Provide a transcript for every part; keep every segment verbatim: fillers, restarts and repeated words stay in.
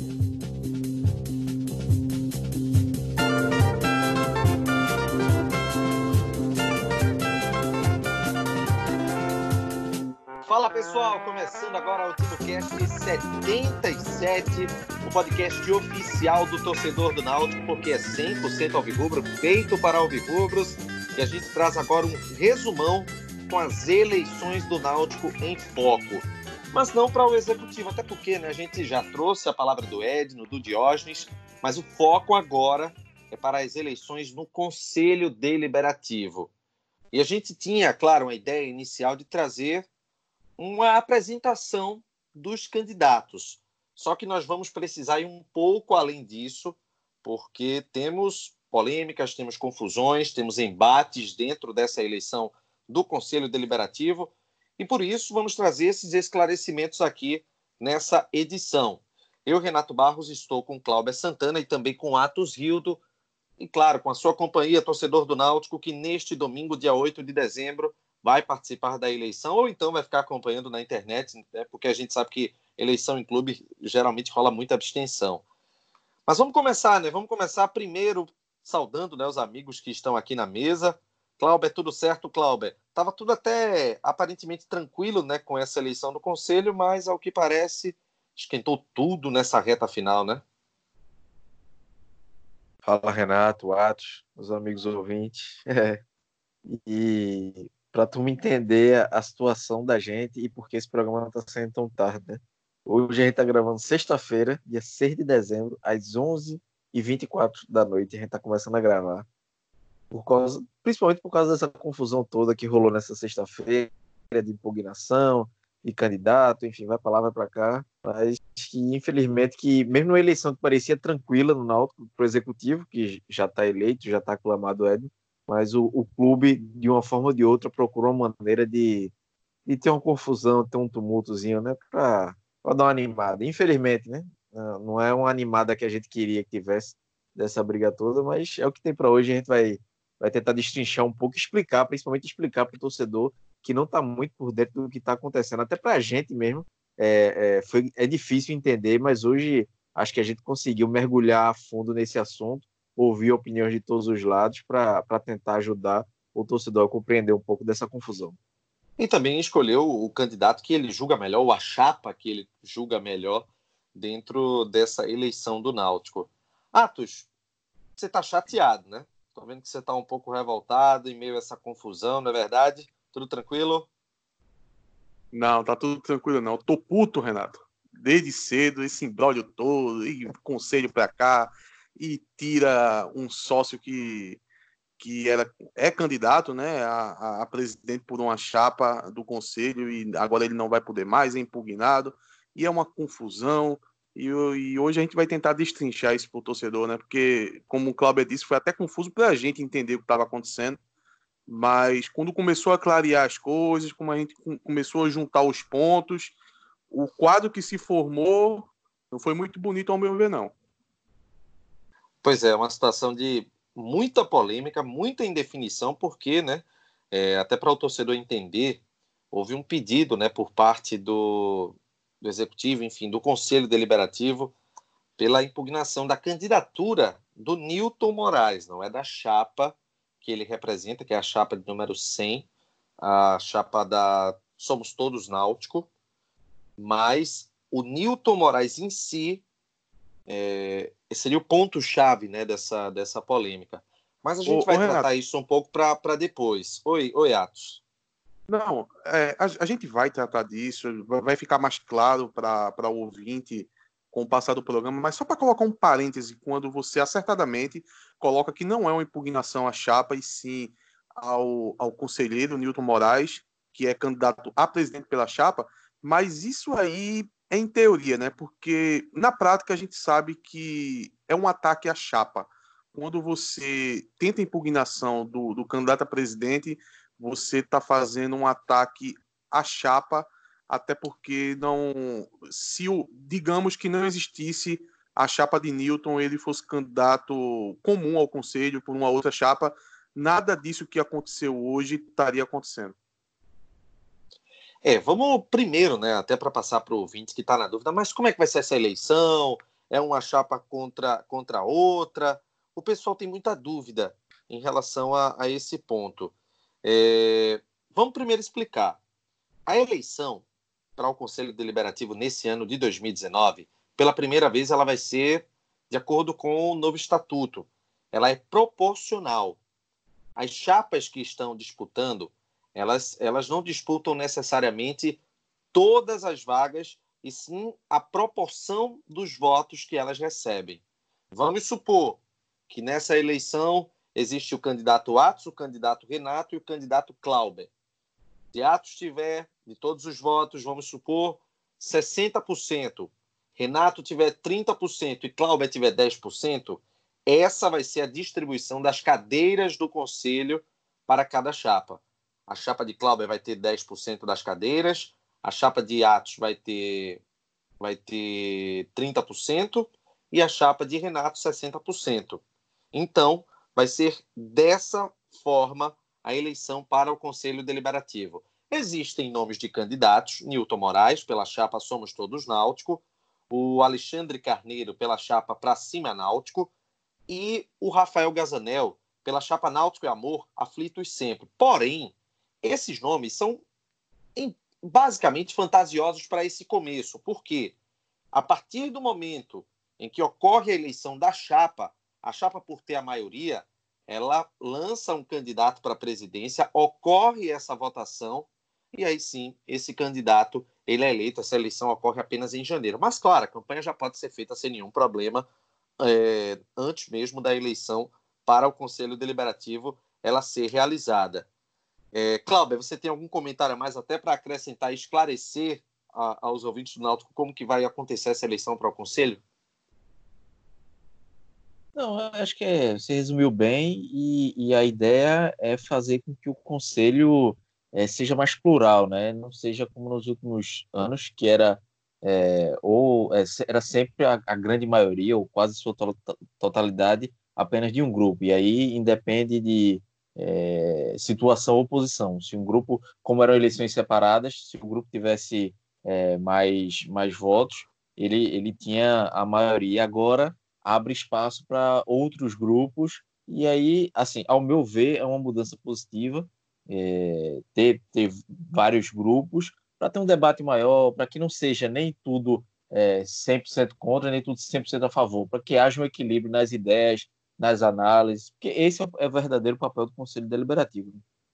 Fala pessoal, começando agora o TimbuCast setenta e sete, o podcast oficial do torcedor do Náutico, porque é cem por cento alvirrubro, feito para alvirrubros, e a gente traz agora um resumão com as eleições do Náutico em foco. Mas não para o executivo, até porque, né, a gente já trouxe a palavra do Edno, do Diógenes, mas o foco agora é para as eleições no Conselho Deliberativo. E a gente tinha, claro, uma ideia inicial de trazer uma apresentação dos candidatos. Só que nós vamos precisar ir um pouco além disso, porque temos polêmicas, temos confusões, temos embates dentro dessa eleição do Conselho Deliberativo, e por isso vamos trazer esses esclarecimentos aqui nessa edição. Eu, Renato Barros, estou com Cláudio Santana e também com Atos Rildo, e claro, com a sua companhia, torcedor do Náutico, que neste domingo, dia oito de dezembro, vai participar da eleição, ou então vai ficar acompanhando na internet, né, porque a gente sabe que eleição em clube geralmente rola muita abstenção. Mas vamos começar, né? Vamos começar primeiro saudando, né, os amigos que estão aqui na mesa. Cláudio, tudo certo, Cláudio? Estava tudo até aparentemente tranquilo, né, com essa eleição do Conselho, mas ao que parece esquentou tudo nessa reta final, né? Fala, Renato, Atos, os amigos ouvintes. É. E para tu me entender a, a situação da gente e por que esse programa não está saindo tão tarde, né? Hoje a gente está gravando sexta-feira, dia seis de dezembro, às onze e vinte e quatro da noite. A gente está começando a gravar, por causa, principalmente por causa dessa confusão toda que rolou nessa sexta-feira, de impugnação, de candidato, enfim, vai para lá, vai para cá. Mas que, infelizmente, que mesmo uma eleição que parecia tranquila no Náutico, para o Executivo, que já está eleito, já está aclamado, Edno, mas o, o clube, de uma forma ou de outra, procurou uma maneira de, de ter uma confusão, ter um tumultozinho, né, para dar uma animada. Infelizmente, né, não é uma animada que a gente queria que tivesse dessa briga toda, mas é o que tem para hoje. A gente vai, vai tentar destrinchar um pouco, explicar, principalmente explicar para o torcedor que não está muito por dentro do que está acontecendo, até para a gente mesmo. É, é, foi, é difícil entender, mas hoje acho que a gente conseguiu mergulhar a fundo nesse assunto, ouvir opiniões de todos os lados para tentar ajudar o torcedor a compreender um pouco dessa confusão. E também escolheu o candidato que ele julga melhor, ou a chapa que ele julga melhor dentro dessa eleição do Náutico. Atos, você está chateado, né? Estou vendo que você está um pouco revoltado em meio a essa confusão, não é verdade? Tudo tranquilo? Não, tá tudo tranquilo não. Eu tô puto, Renato. Desde cedo, esse imbróglio todo, e conselho pra cá, e tira um sócio que, que era, é candidato, né, a, a presidente por uma chapa do conselho, e agora ele não vai poder mais, é impugnado, e é uma confusão, e, e hoje a gente vai tentar destrinchar isso pro torcedor, né, porque, como o Cláudio disse, foi até confuso pra gente entender o que estava acontecendo. Mas quando começou a clarear as coisas, como a gente começou a juntar os pontos, o quadro que se formou não foi muito bonito ao meu ver, não. Pois é, uma situação de muita polêmica, muita indefinição, porque, né, é, até para o torcedor entender, houve um pedido, né, por parte do, do Executivo, enfim, do Conselho Deliberativo, pela impugnação da candidatura do Nilton Moraes, não é da chapa que ele representa, que é a chapa de número cem, a chapa da Somos Todos Náutico, mas o Nilton Moraes em si é, seria o ponto-chave, né, dessa, dessa polêmica. Mas a gente ô, vai ô, tratar Renato, isso um pouco para depois. Oi, oi, Atos. Não, é, a, a gente vai tratar disso, vai ficar mais claro para o ouvinte com o passar do programa, mas só para colocar um parêntese, quando você acertadamente coloca que não é uma impugnação à chapa, e sim ao, ao conselheiro Nilton Moraes, que é candidato a presidente pela chapa, mas isso aí é em teoria, né? Porque na prática a gente sabe que é um ataque à chapa. Quando você tenta a impugnação do, do candidato a presidente, você está fazendo um ataque à chapa, até porque não, se o, digamos que não existisse a chapa de Nilton, ele fosse candidato comum ao conselho por uma outra chapa, nada disso que aconteceu hoje estaria acontecendo. É, vamos primeiro, né, até para passar para o ouvinte que está na dúvida, mas como é que vai ser essa eleição? É uma chapa contra, contra outra? O pessoal tem muita dúvida em relação a, a esse ponto. É, vamos primeiro explicar. A eleição para o Conselho Deliberativo nesse ano de dois mil e dezenove, pela primeira vez, ela vai ser de acordo com o novo estatuto. Ela é proporcional. As chapas que estão disputando, elas, elas não disputam necessariamente todas as vagas, e sim a proporção dos votos que elas recebem. Vamos supor que nessa eleição existe o candidato Atos, o candidato Renato e o candidato Clauber. Se Atos tiver, de todos os votos, vamos supor, sessenta por cento, Renato tiver trinta por cento e Clauber tiver dez por cento, essa vai ser a distribuição das cadeiras do Conselho para cada chapa. A chapa de Clauber vai ter dez por cento das cadeiras, a chapa de Atos vai ter, vai ter trinta por cento e a chapa de Renato sessenta por cento. Então, vai ser dessa forma a eleição para o Conselho Deliberativo. Existem nomes de candidatos: Nilton Moraes, pela chapa Somos Todos Náutico, o Alexandre Carneiro, pela chapa Pra Cima Náutico, e o Rafael Gazanel, pela chapa Náutico e Amor, Aflitos Sempre. Porém, esses nomes são basicamente fantasiosos para esse começo, porque a partir do momento em que ocorre a eleição da chapa, a chapa, por ter a maioria, ela lança um candidato para a presidência, ocorre essa votação, e aí sim, esse candidato ele é eleito. Essa eleição ocorre apenas em janeiro. Mas, claro, a campanha já pode ser feita sem nenhum problema, é, antes mesmo da eleição para o Conselho Deliberativo ela ser realizada. É, Cláudia, você tem algum comentário a mais até para acrescentar e esclarecer a, aos ouvintes do Náutico como que vai acontecer essa eleição para o Conselho? Não, eu acho que é, você resumiu bem, e, e a ideia é fazer com que o Conselho é, seja mais plural, né? Não seja como nos últimos anos, que era, é, ou, é, era sempre a, a grande maioria, ou quase sua to totalidade, apenas de um grupo. E aí independe de é, situação ou posição. Se um grupo, como eram eleições separadas, se o grupo tivesse é, mais, mais votos, ele, ele tinha a maioria. Agora abre espaço para outros grupos, e aí, assim, ao meu ver, é uma mudança positiva, é, ter, ter vários grupos, para ter um debate maior, para que não seja nem tudo é, cem por cento contra, nem tudo cem por cento a favor, para que haja um equilíbrio nas ideias, nas análises, porque esse é o verdadeiro papel do Conselho Deliberativo.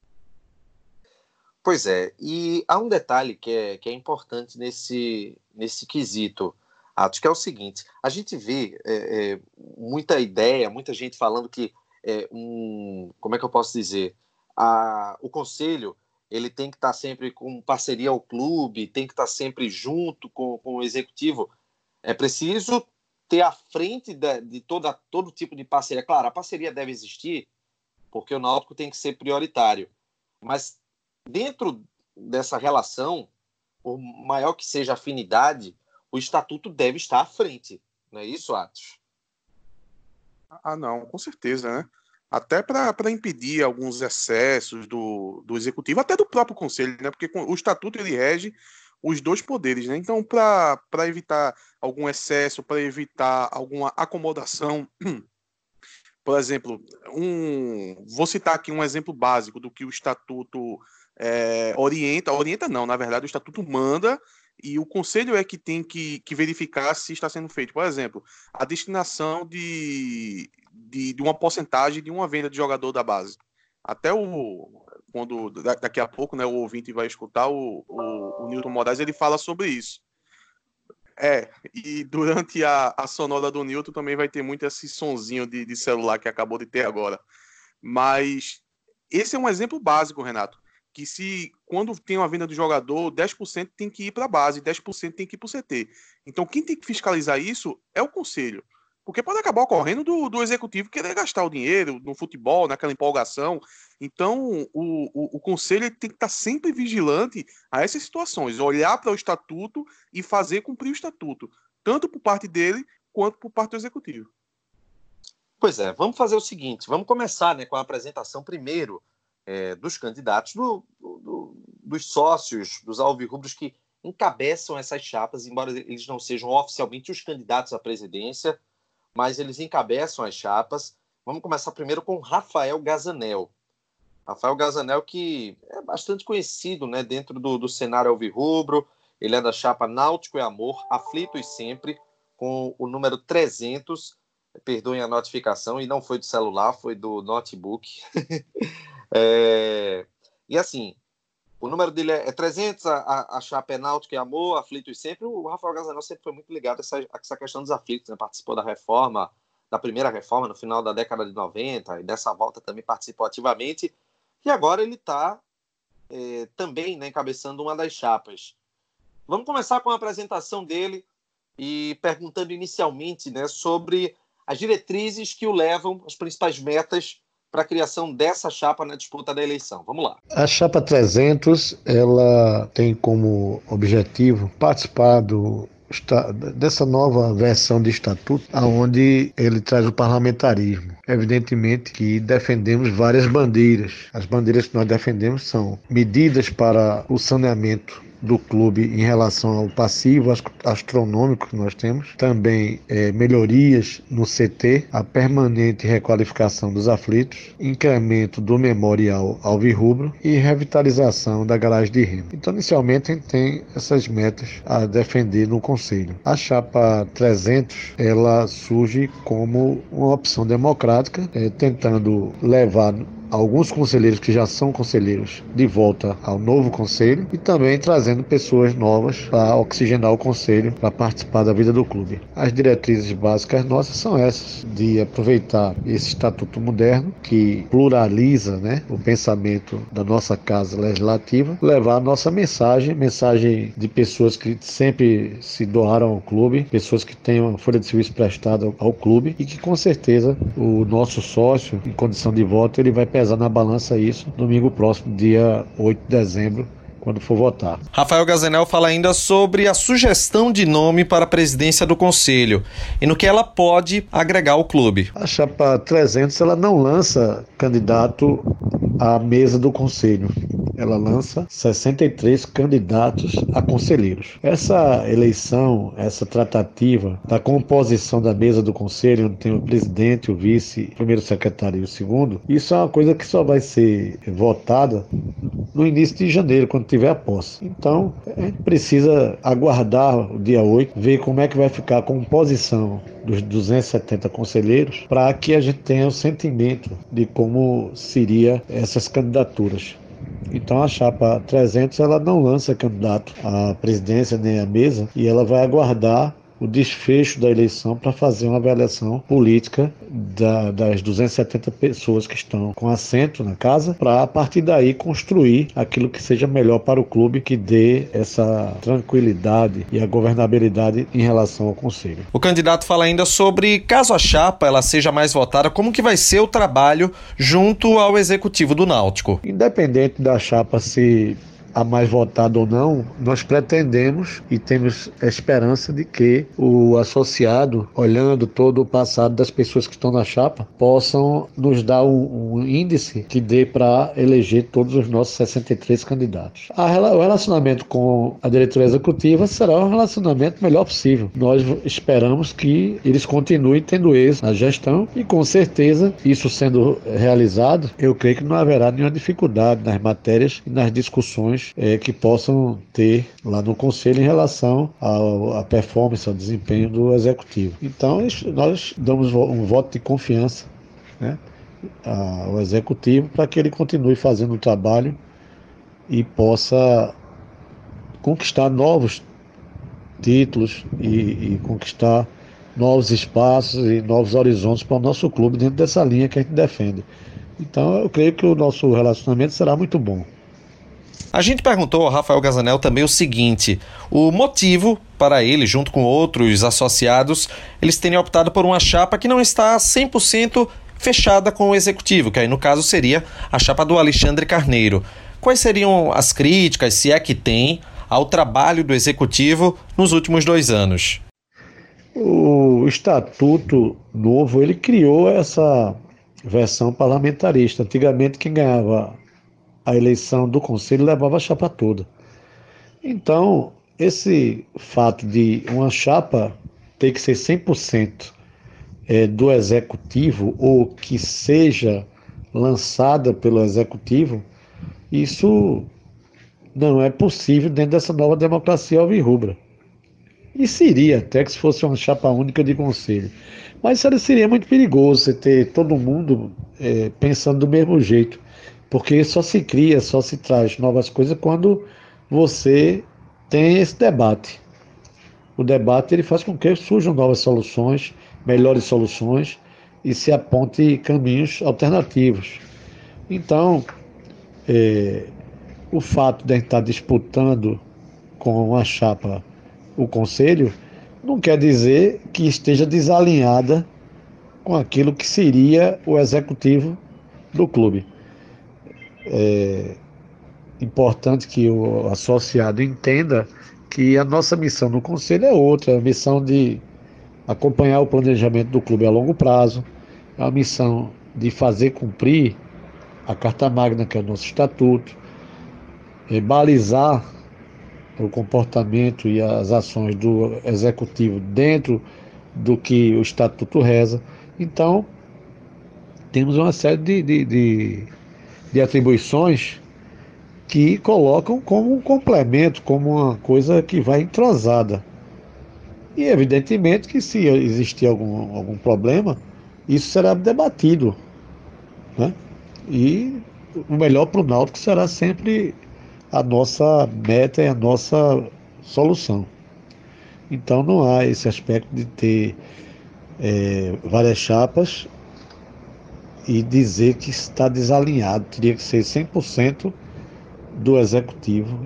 Pois é, e há um detalhe que é, que é importante nesse, nesse quesito, Atos, que é o seguinte: a gente vê é, é, muita ideia, muita gente falando que, é, um, como é que eu posso dizer, a, o Conselho ele tem que estar sempre com parceria ao clube, tem que estar sempre junto com, com o Executivo. É preciso ter à frente de, de toda, todo tipo de parceria. Claro, a parceria deve existir, porque o Náutico tem que ser prioritário, mas dentro dessa relação, por maior que seja a afinidade, o estatuto deve estar à frente. Não é isso, Atos? Ah, não, com certeza, né? Até para impedir alguns excessos do, do executivo, até do próprio conselho, né? Porque o estatuto ele rege os dois poderes, né? Então, para evitar algum excesso, para evitar alguma acomodação, por exemplo, um, vou citar aqui um exemplo básico do que o estatuto é, orienta, orienta não, na verdade o estatuto manda, e o conselho é que tem que, que verificar se está sendo feito. Por exemplo, a destinação de, de, de uma porcentagem de uma venda de jogador da base. Até o quando daqui a pouco, né, o ouvinte vai escutar o, o, o Nilton Moraes, ele fala sobre isso. É, e durante a, a sonora do Nilton também vai ter muito esse sonzinho de, de celular que acabou de ter agora. Mas esse é um exemplo básico, Renato, que se quando tem uma venda do jogador, dez por cento tem que ir para a base, dez por cento tem que ir para o C T. Então quem tem que fiscalizar isso é o conselho. Porque pode acabar ocorrendo do, do executivo querer gastar o dinheiro no futebol, naquela empolgação. Então o, o, o conselho tem que estar sempre vigilante a essas situações, olhar para o estatuto e fazer cumprir o estatuto, tanto por parte dele quanto por parte do executivo. Pois é, vamos fazer o seguinte, vamos começar, né, com a apresentação primeiro é, dos candidatos, do, do, dos sócios, dos alvirrubros que encabeçam essas chapas, embora eles não sejam oficialmente os candidatos à presidência, mas eles encabeçam as chapas. Vamos começar primeiro com Rafael Gazanel. Rafael Gazanel, que é bastante conhecido, né, dentro do, do cenário alvirrubro. Ele é da chapa Náutico e Amor, Aflitos Sempre, com o número trezentos. Perdoem a notificação, e não foi do celular, foi do notebook. é... E assim, o número dele é trezentos, a, a chapa é Náutico e Amor, Aflitos Sempre. O Rafael Gazanel sempre foi muito ligado a essa, a essa questão dos aflitos, né? Participou da reforma, da primeira reforma no final da década de noventa, e dessa volta também participou ativamente. E agora ele está é, também, né, encabeçando uma das chapas. Vamos começar com a apresentação dele e perguntando inicialmente, né, sobre as diretrizes que o levam, as principais metas para a criação dessa chapa na disputa da eleição. Vamos lá. A chapa trezentos, ela tem como objetivo participar do dessa nova versão de estatuto, onde ele traz o parlamentarismo. Evidentemente que defendemos várias bandeiras. As bandeiras que nós defendemos são medidas para o saneamento do clube em relação ao passivo astronômico que nós temos, também é, melhorias no C T, a permanente requalificação dos aflitos, incremento do memorial alvirrubro e revitalização da garagem de remo. Então, inicialmente, a gente tem essas metas a defender no Conselho. A chapa trezentos, ela surge como uma opção democrática, é, tentando levar alguns conselheiros que já são conselheiros de volta ao novo conselho e também trazendo pessoas novas para oxigenar o conselho, para participar da vida do clube. As diretrizes básicas nossas são essas, de aproveitar esse estatuto moderno que pluraliza, né, o pensamento da nossa casa legislativa, levar a nossa mensagem, mensagem de pessoas que sempre se doaram ao clube, pessoas que têm uma folha de serviço prestada ao clube e que com certeza o nosso sócio, em condição de voto, ele vai pesar na balança isso domingo próximo, dia oito de dezembro, quando for votar. Rafael Gazanel fala ainda sobre a sugestão de nome para a presidência do Conselho e no que ela pode agregar ao clube. A chapa trezentos, ela não lança candidato à mesa do Conselho. Ela lança sessenta e três candidatos a conselheiros. Essa eleição, essa tratativa da composição da mesa do Conselho, onde tem o presidente, o vice, o primeiro secretário e o segundo, isso é uma coisa que só vai ser votada no início de janeiro, quando tiver a posse. Então, a gente precisa aguardar o dia oito, ver como é que vai ficar a composição dos duzentos e setenta conselheiros, para que a gente tenha o sentimento de como seria essas candidaturas. Então a chapa trezentos, ela não lança candidato à presidência nem à mesa, e ela vai aguardar o desfecho da eleição para fazer uma avaliação política da, das duzentas e setenta pessoas que estão com assento na casa, para a partir daí construir aquilo que seja melhor para o clube, que dê essa tranquilidade e a governabilidade em relação ao conselho. O candidato fala ainda sobre, caso a chapa ela seja mais votada, como que vai ser o trabalho junto ao executivo do Náutico. Independente da chapa se a mais votada ou não, nós pretendemos e temos a esperança de que o associado, olhando todo o passado das pessoas que estão na chapa, possam nos dar um, um índice que dê para eleger todos os nossos sessenta e três candidatos. A, o relacionamento com a diretoria executiva será um relacionamento melhor possível. Nós esperamos que eles continuem tendo êxito na gestão e, com certeza, isso sendo realizado, eu creio que não haverá nenhuma dificuldade nas matérias e nas discussões É, que possam ter lá no Conselho em relação à performance, ao desempenho do Executivo. Então, nós damos um voto de confiança, né, ao Executivo, para que ele continue fazendo o trabalho e possa conquistar novos títulos e, e conquistar novos espaços e novos horizontes para o nosso clube dentro dessa linha que a gente defende. Então, eu creio que o nosso relacionamento será muito bom. A gente perguntou ao Rafael Gazanel também o seguinte: o motivo para ele, junto com outros associados, eles terem optado por uma chapa que não está cem por cento fechada com o executivo, que aí no caso seria a chapa do Alexandre Carneiro. Quais seriam as críticas, se é que tem, ao trabalho do executivo nos últimos dois anos? O estatuto novo, ele criou essa versão parlamentarista. Antigamente, quem ganhava a eleição do Conselho levava a chapa toda. Então, esse fato de uma chapa ter que ser cem por cento é, do executivo ou que seja lançada pelo executivo, isso não é possível dentro dessa nova democracia alvirrubra. E seria até que se fosse uma chapa única de conselho. Mas isso seria muito perigoso você ter todo mundo é, pensando do mesmo jeito, porque só se cria, só se traz novas coisas quando você tem esse debate. O debate ele faz com que surjam novas soluções, melhores soluções e se aponte caminhos alternativos. Então, é, o fato de a gente estar disputando com uma chapa o conselho não quer dizer que esteja desalinhada com aquilo que seria o executivo do clube. É importante que o associado entenda que a nossa missão no conselho é outra, a missão de acompanhar o planejamento do clube a longo prazo, a missão de fazer cumprir a Carta Magna, que é o nosso estatuto, é balizar o comportamento e as ações do executivo dentro do que o estatuto reza. Então, temos uma série de, de, de, de atribuições que colocam como um complemento, como uma coisa que vai entrosada. E evidentemente que se existir algum, algum problema, isso será debatido, né? E o melhor para o Náutico será sempre a nossa meta e a nossa solução. Então não há esse aspecto de ter é, várias chapas e dizer que está desalinhado. Teria que ser cem por cento do executivo.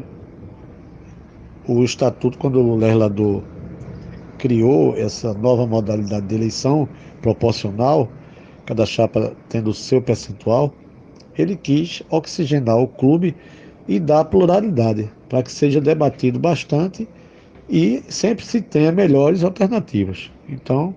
O estatuto, quando o legislador criou essa nova modalidade de eleição proporcional, cada chapa tendo o seu percentual, ele quis oxigenar o clube e dar pluralidade, para que seja debatido bastante e sempre se tenha melhores alternativas. Então,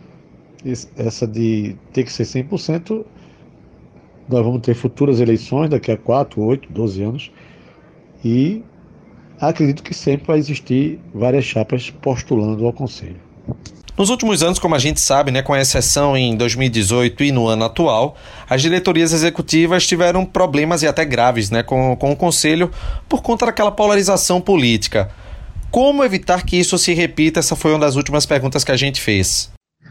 essa de ter que ser cem por cento, nós vamos ter futuras eleições daqui a quatro, oito, doze anos, e acredito que sempre vai existir várias chapas postulando ao Conselho. Nos últimos anos, como a gente sabe, né, com exceção em dois mil e dezoito e no ano atual, as diretorias executivas tiveram problemas e até graves, né, com, com o Conselho por conta daquela polarização política. Como evitar que isso se repita? Essa foi uma das últimas perguntas que a gente fez.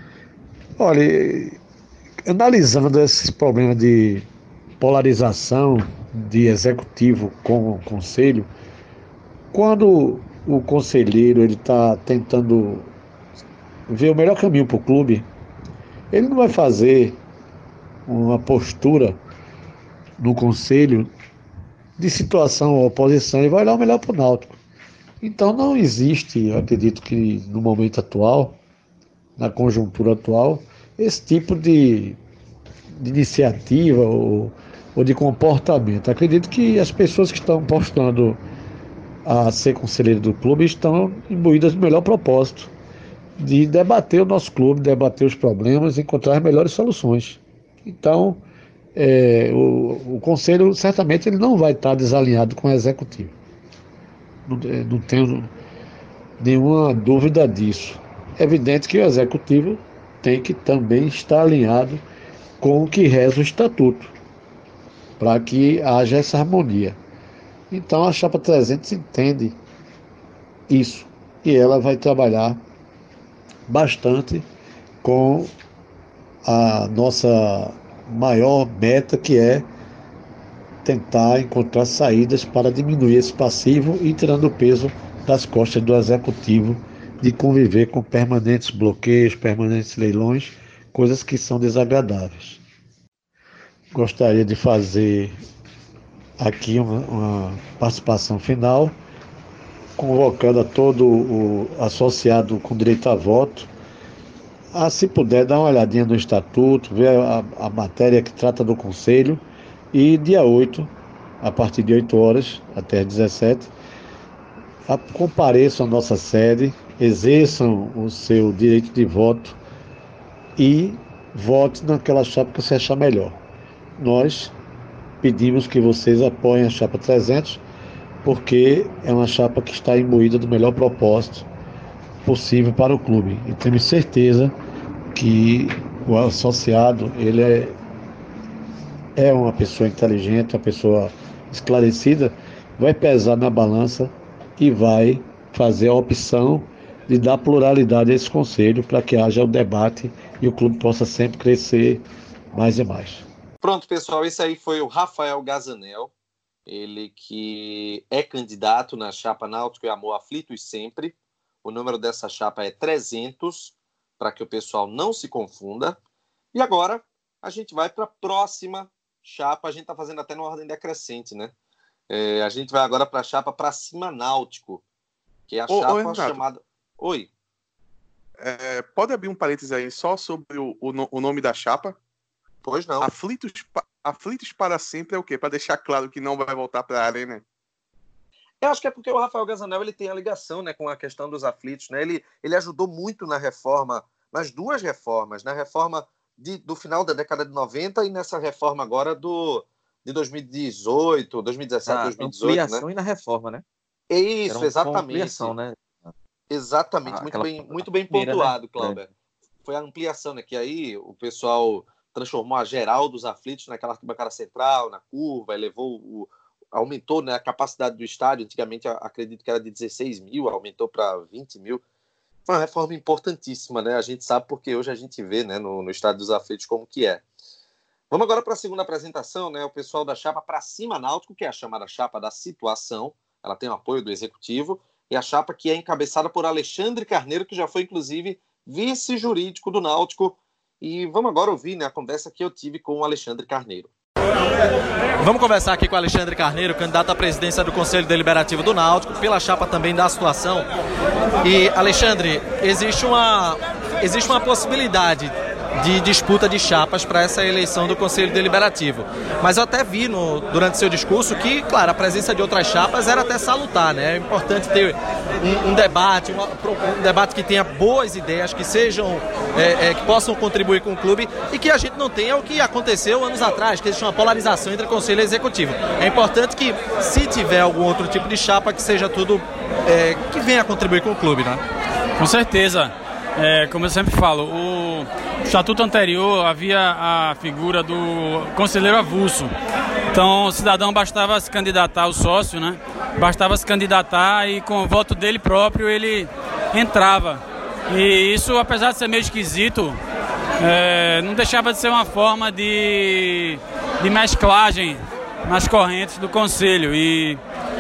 Olha, analisando esses problemas de polarização de executivo com o Conselho, quando o conselheiro ele está tentando ver o melhor caminho para o clube, ele não vai fazer uma postura no conselho de situação ou oposição, ele vai olhar o melhor para o Náutico. Então não existe, eu acredito que no momento atual, na conjuntura atual, esse tipo de, de iniciativa ou, ou de comportamento. Acredito que as pessoas que estão postulando a ser conselheiro do clube estão imbuídas do melhor propósito, de debater o nosso clube, debater os problemas, encontrar as melhores soluções. Então, é, o, o conselho certamente ele não vai estar desalinhado com o executivo. Não, não tenho nenhuma dúvida disso. É evidente que o executivo tem que também estar alinhado com o que reza o estatuto, para que haja essa harmonia. Então a Chapa trezentos entende isso e ela vai trabalhar bastante com a nossa maior meta, que é tentar encontrar saídas para diminuir esse passivo e tirando o peso das costas do executivo de conviver com permanentes bloqueios, permanentes leilões, coisas que são desagradáveis. Gostaria de fazer aqui uma, uma participação final, convocando a todo o associado com direito a voto a, se puder, dar uma olhadinha no estatuto, ver a, a matéria que trata do conselho, e dia oito, a partir de oito horas até as dezessete, a, compareçam à nossa sede, exerçam o seu direito de voto e vote naquela chapa que você achar melhor. Nós pedimos que vocês apoiem a Chapa trezentos porque é uma chapa que está imbuída do melhor propósito possível para o clube. E temos certeza que o associado ele é, é uma pessoa inteligente, uma pessoa esclarecida, vai pesar na balança e vai fazer a opção de dar pluralidade a esse conselho para que haja o debate e o clube possa sempre crescer mais e mais. Pronto, pessoal, esse aí foi o Rafael Gazanel, ele que é candidato na chapa Náutico e Amor Aflitos Sempre. O número dessa chapa é trezentos, para que o pessoal não se confunda. E agora a gente vai para a próxima chapa, a gente está fazendo até na ordem decrescente, né? É, a gente vai agora para a chapa Pra Cima Náutico, que é a ô, chapa ô, chamada... Oi. É, pode abrir um parênteses aí só sobre o, o, o nome da chapa? Pois não. Aflitos, Aflitos para Sempre é o quê? Para deixar claro que não vai voltar para a arena. Eu acho que é porque o Rafael Gazanel ele tem a ligação, né, com a questão dos aflitos, né? Ele, ele ajudou muito na reforma, nas duas reformas, na reforma de, do final da década de noventa e nessa reforma agora do, de dois mil e dezoito, dois mil e dezessete, ah, dois mil e dezoito, ampliação, né? E na reforma, né? É isso, uma, exatamente. Uma ampliação, né? Exatamente, ah, muito, bem, muito bem pontuado, né? Cláudio. É. Foi a ampliação, né? Que aí o pessoal transformou a geral dos aflitos naquela arquibancada central, na curva, e levou o... aumentou, né, a capacidade do estádio. Antigamente, acredito que era de dezesseis mil, aumentou para vinte mil. Foi uma reforma importantíssima, né? A gente sabe porque hoje a gente vê, né, no, no estádio dos aflitos como que é. Vamos agora para a segunda apresentação, né? O pessoal da chapa Pra Cima Náutico, que é a chamada chapa da situação. Ela tem o apoio do executivo. E a chapa que é encabeçada por Alexandre Carneiro, que já foi, inclusive, vice-jurídico do Náutico. E vamos agora ouvir, né, a conversa que eu tive com o Alexandre Carneiro. Vamos conversar aqui com o Alexandre Carneiro, candidato à presidência do Conselho Deliberativo do Náutico, pela chapa também da situação. E, Alexandre, existe uma, existe uma possibilidade de disputa de chapas para essa eleição do Conselho Deliberativo. Mas eu até vi no, durante seu discurso que, claro, a presença de outras chapas era até salutar, né? É importante ter um, um debate, uma, um debate que tenha boas ideias, que sejam, é, é, que possam contribuir com o clube e que a gente não tenha o que aconteceu anos atrás, que existe uma polarização entre Conselho e Executivo. É importante que, se tiver algum outro tipo de chapa, que seja tudo é, que venha contribuir com o clube, né? Com certeza. É, como eu sempre falo, o estatuto anterior havia a figura do conselheiro avulso. Então o cidadão bastava se candidatar, o sócio, né? Bastava se candidatar e com o voto dele próprio ele entrava. E isso, apesar de ser meio esquisito, é, não deixava de ser uma forma de, de mesclagem nas correntes do conselho. E,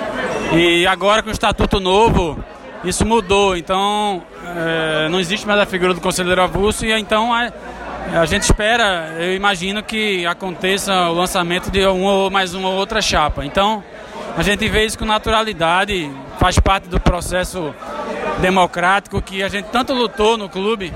e agora com o estatuto novo, isso mudou. Então é, não existe mais a figura do conselheiro avulso e então a, a gente espera, eu imagino que aconteça o lançamento de uma ou mais uma outra chapa. Então a gente vê isso com naturalidade, faz parte do processo democrático que a gente tanto lutou no clube,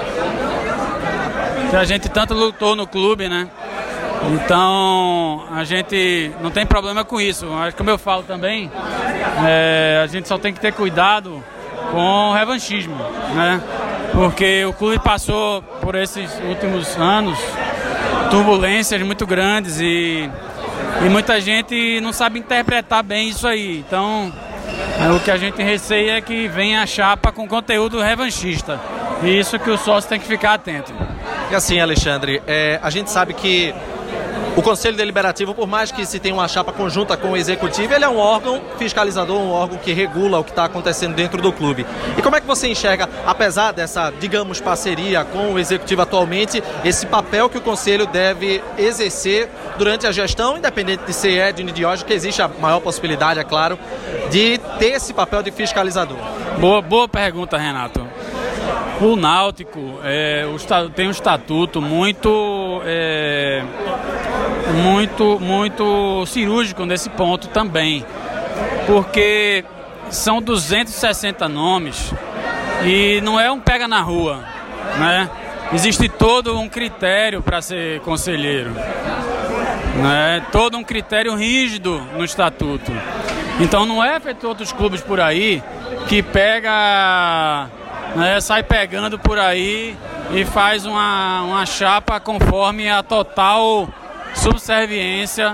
que a gente tanto lutou no clube, né? Então a gente não tem problema com isso. Mas como eu falo também, é, a gente só tem que ter cuidado com o revanchismo, né? Porque o clube passou por esses últimos anos turbulências muito grandes e, e muita gente não sabe interpretar bem isso aí. Então o que a gente receia é que venha a chapa com conteúdo revanchista. E isso que o sócio tem que ficar atento. E assim, Alexandre, é, a gente sabe que o Conselho Deliberativo, por mais que se tenha uma chapa conjunta com o Executivo, ele é um órgão fiscalizador, um órgão que regula o que está acontecendo dentro do clube. E como é que você enxerga, apesar dessa, digamos, parceria com o Executivo atualmente, esse papel que o Conselho deve exercer durante a gestão, independente de ser Edno e Diógenes, que existe a maior possibilidade, é claro, de ter esse papel de fiscalizador? Boa, boa pergunta, Renato. O Náutico é, o, tem um estatuto muito, é, muito, muito cirúrgico nesse ponto também, porque são duzentos e sessenta nomes e não é um pega na rua, né? Existe todo um critério para ser conselheiro, né? Todo um critério rígido no estatuto. Então não é feito outros clubes por aí que pega... Né, sai pegando por aí e faz uma, uma chapa conforme a total subserviência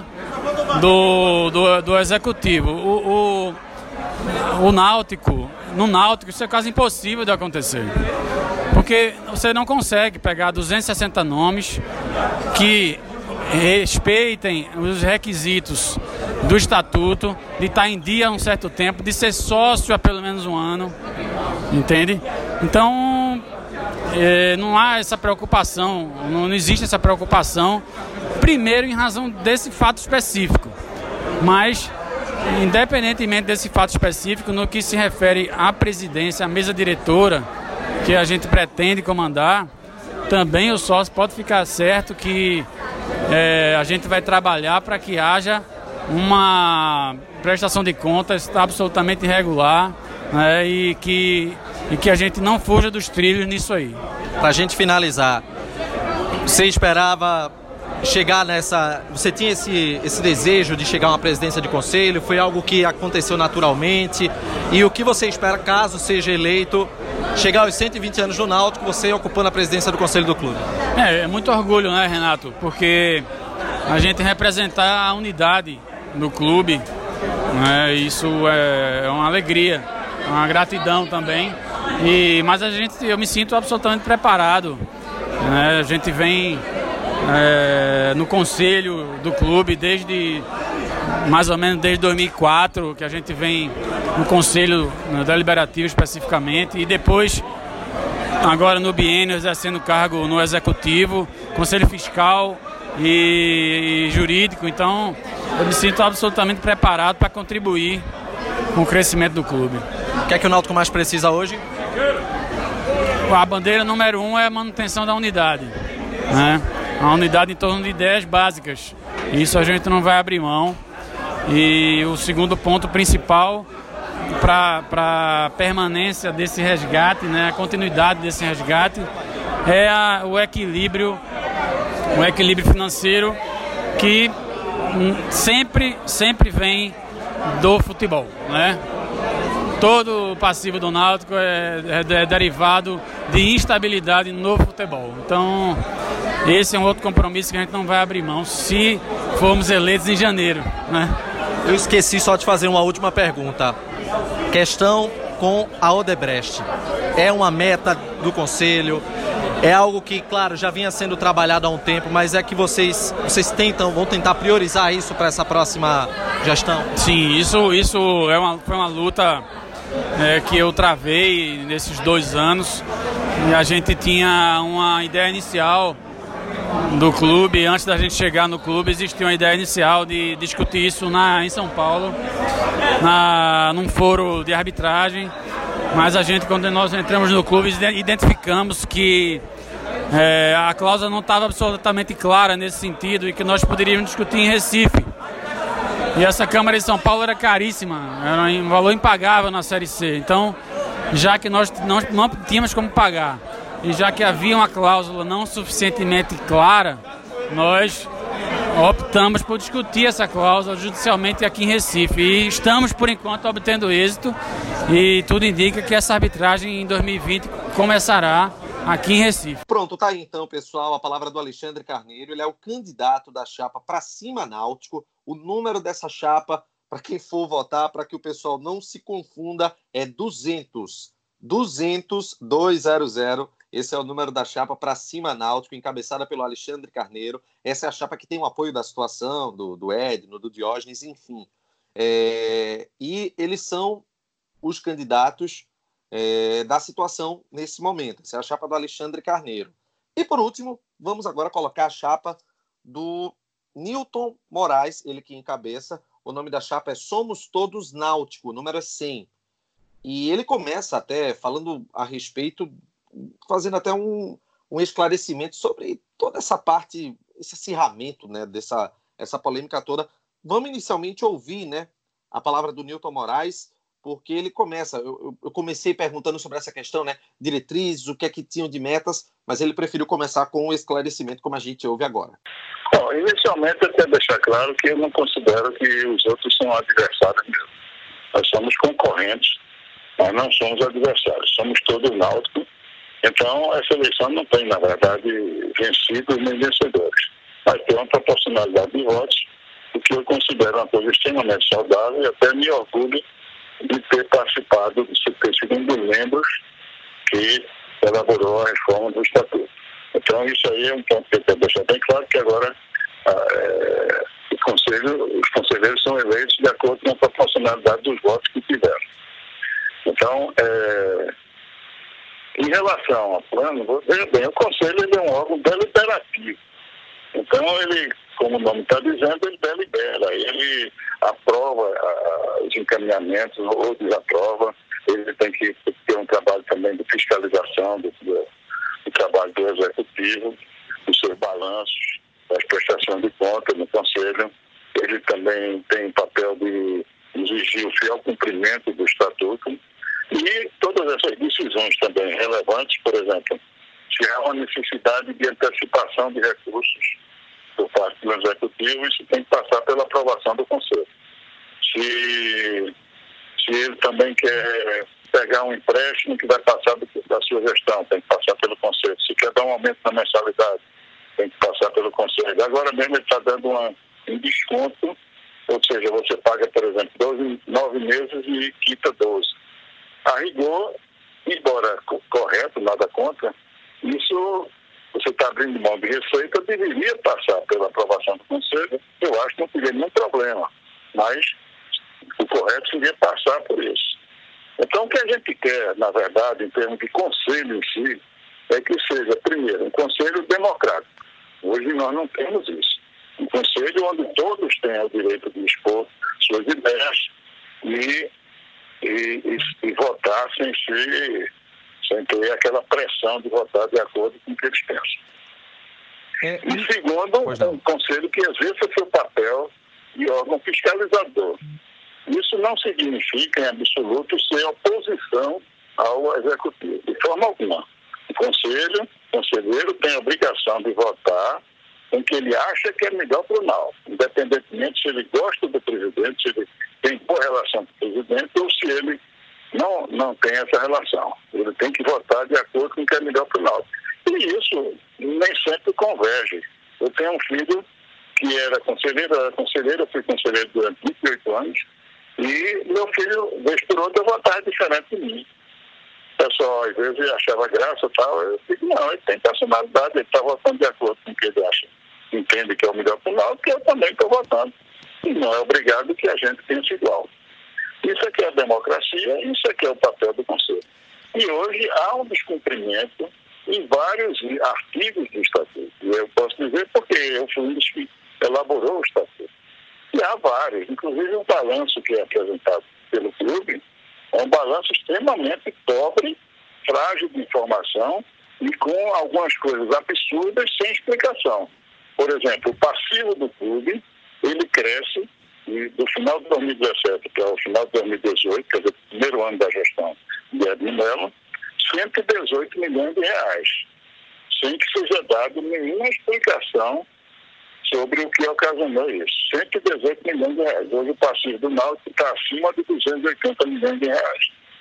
do, do, do executivo. O, o, o Náutico, no Náutico, isso é quase impossível de acontecer. Porque você não consegue pegar duzentos e sessenta nomes que respeitem os requisitos do estatuto, de estar em dia há um certo tempo, de ser sócio há pelo menos um ano, entende? Então, é, não há essa preocupação, não existe essa preocupação, primeiro em razão desse fato específico, mas independentemente desse fato específico, no que se refere à presidência, à mesa diretora, que a gente pretende comandar, também o sócio pode ficar certo que é, a gente vai trabalhar para que haja uma prestação de contas absolutamente regular, né, e, que, e que a gente não fuja dos trilhos nisso aí. Para a gente finalizar, você esperava chegar nessa... Você tinha esse, esse desejo de chegar a uma presidência de conselho? Foi algo que aconteceu naturalmente? E o que você espera, caso seja eleito, chegar aos cento e vinte anos do Náutico, você ocupando a presidência do conselho do clube? É, é muito orgulho, né, Renato? Porque a gente representar a unidade do clube, né, isso é, é uma alegria, é uma gratidão também. E, mas a gente, eu me sinto absolutamente preparado, né? A gente vem é, no conselho do clube desde mais ou menos desde dois mil e quatro, que a gente vem no conselho deliberativo especificamente, e depois agora no biênio exercendo cargo no executivo, conselho fiscal e, e jurídico. Então eu me sinto absolutamente preparado para contribuir com o crescimento do clube. O que é que o Náutico mais precisa hoje? A bandeira número um é a manutenção da unidade, né? A unidade em torno de ideias básicas. Isso a gente não vai abrir mão. E o segundo ponto principal para a permanência desse resgate, né, a continuidade desse resgate, é a, o equilíbrio, o equilíbrio financeiro que sempre, sempre vem do futebol, né? Todo o passivo do Náutico é, é, é derivado de instabilidade no futebol. Então, esse é um outro compromisso que a gente não vai abrir mão se formos eleitos em janeiro, né? Eu esqueci só de fazer uma última pergunta. Questão com a Odebrecht. É uma meta do Conselho? É algo que, claro, já vinha sendo trabalhado há um tempo, mas é que vocês, vocês tentam, vão tentar priorizar isso para essa próxima gestão? Sim, isso, isso é uma, foi uma luta é, que eu travei nesses dois anos. E a gente tinha uma ideia inicial do clube, antes da gente chegar no clube, existia uma ideia inicial de discutir isso na, em São Paulo, na, num foro de arbitragem, mas a gente, quando nós entramos no clube, identificamos que é, a cláusula não estava absolutamente clara nesse sentido e que nós poderíamos discutir em Recife. E essa Câmara de São Paulo era caríssima, era um valor impagável na Série C. Então, já que nós não, não tínhamos como pagar, e já que havia uma cláusula não suficientemente clara, nós optamos por discutir essa cláusula judicialmente aqui em Recife. E estamos, por enquanto, obtendo êxito, e tudo indica que essa arbitragem em dois mil e vinte começará aqui em Recife. Pronto, tá aí então, pessoal, a palavra do Alexandre Carneiro. Ele é o candidato da chapa Pra Cima Náutico. O número dessa chapa, para quem for votar, para que o pessoal não se confunda, é duzentos. duzentos, duzentos. Esse é o número da chapa Pra Cima Náutico, encabeçada pelo Alexandre Carneiro. Essa é a chapa que tem o apoio da situação, do, do Edno, do Diógenes, enfim. É, e eles são os candidatos é, da situação nesse momento. Essa é a chapa do Alexandre Carneiro. E, por último, vamos agora colocar a chapa do Nilton Moraes, ele que encabeça. O nome da chapa é Somos Todos Náutico, o número é cem. E ele começa até falando a respeito, fazendo até um, um esclarecimento sobre toda essa parte, esse acirramento, né, dessa essa polêmica toda. Vamos inicialmente ouvir, né, a palavra do Nilton Moraes, porque ele começa, eu, eu comecei perguntando sobre essa questão, né, diretrizes, o que é que tinham de metas, mas ele preferiu começar com o esclarecimento, como a gente ouve agora. Bom, inicialmente eu quero deixar claro que eu não considero que os outros são adversários mesmo. Nós somos concorrentes, nós não somos adversários, somos todos náuticos. Então, essa eleição não tem, na verdade, vencidos nem vencedores. Vai ter uma proporcionalidade de votos o que eu considero uma coisa extremamente saudável e até me orgulho de ter participado, de ter sido um dos membros que elaborou a reforma do Estatuto. Então, isso aí é um ponto que eu quero deixar bem claro, que agora é, o conselho, os conselheiros são eleitos de acordo com a proporcionalidade dos votos que tiveram. Então, é, em relação ao plano, veja bem, o conselho ele é um órgão deliberativo. Então, ele, como o nome está dizendo, ele delibera, ele aprova ah, os encaminhamentos ou desaprova, ele tem que ter um trabalho também de fiscalização do, do, do trabalho do executivo, dos seus balanços, das prestações de contas no conselho. Ele também tem papel de exigir o fiel cumprimento do estatuto e todas essas decisões também relevantes, por exemplo, se há uma necessidade de antecipação de recursos por parte do executivo, isso tem que passar pela aprovação do conselho. Se, se ele também quer pegar um empréstimo que vai passar do, da sua gestão, tem que passar pelo conselho. Se quer dar um aumento na mensalidade, tem que passar pelo conselho. Agora mesmo ele está dando uma, um desconto, ou seja, você paga, por exemplo, doze, nove meses e quita doze. A rigor, embora correto, nada contra, isso você está abrindo mão de receita, deveria passar pela aprovação do conselho. Eu acho que não teria nenhum problema, mas o correto seria passar por isso. Então, o que a gente quer, na verdade, em termos de conselho em si, é que seja, primeiro, um conselho democrático. Hoje nós não temos isso. Um conselho onde todos têm o direito de expor suas ideias e, e, e, e votar sem ser, sem ter aquela pressão de votar de acordo com o que eles pensam. É, e segundo, um conselho que exerça seu papel de órgão fiscalizador. Isso não significa, em absoluto, ser oposição ao executivo, de forma alguma. O conselho, o conselheiro tem a obrigação de votar com o que ele acha que é melhor para o N A U, independentemente se ele gosta do presidente, se ele tem boa relação com o presidente ou se ele não, não tem essa relação. Ele tem que votar de acordo com o que é melhor para o N A U. E isso nem sempre converge. Eu tenho um filho que era conselheiro, era conselheiro, eu fui conselheiro durante vinte e oito anos, e meu filho, vez por outra, votava diferente de mim. O pessoal, às vezes, achava graça e tal. Eu digo, não, ele tem personalidade, ele está votando de acordo com o que ele acha, entende que é o melhor para o N A U, que eu também estou votando. E não é obrigado que a gente pense igual. Isso aqui é a democracia, isso aqui é o papel do Conselho. E hoje há um descumprimento em vários artigos do Estatuto. E eu posso dizer porque eu fui um dos que elaborou o Estatuto. E há vários, inclusive o balanço que é apresentado pelo clube é um balanço extremamente pobre, frágil de informação e com algumas coisas absurdas sem explicação. Por exemplo, o passivo do clube, ele cresce e do final de dois mil e dezessete para o final de dois mil e dezoito, quer dizer, o primeiro ano da gestão de Edinho Melo, cento e dezoito milhões de reais, sem que seja dado nenhuma explicação sobre o que ocasionou isso. cento e dezoito milhões de reais. Hoje o passivo do Náutico está acima de duzentos e oitenta milhões de reais.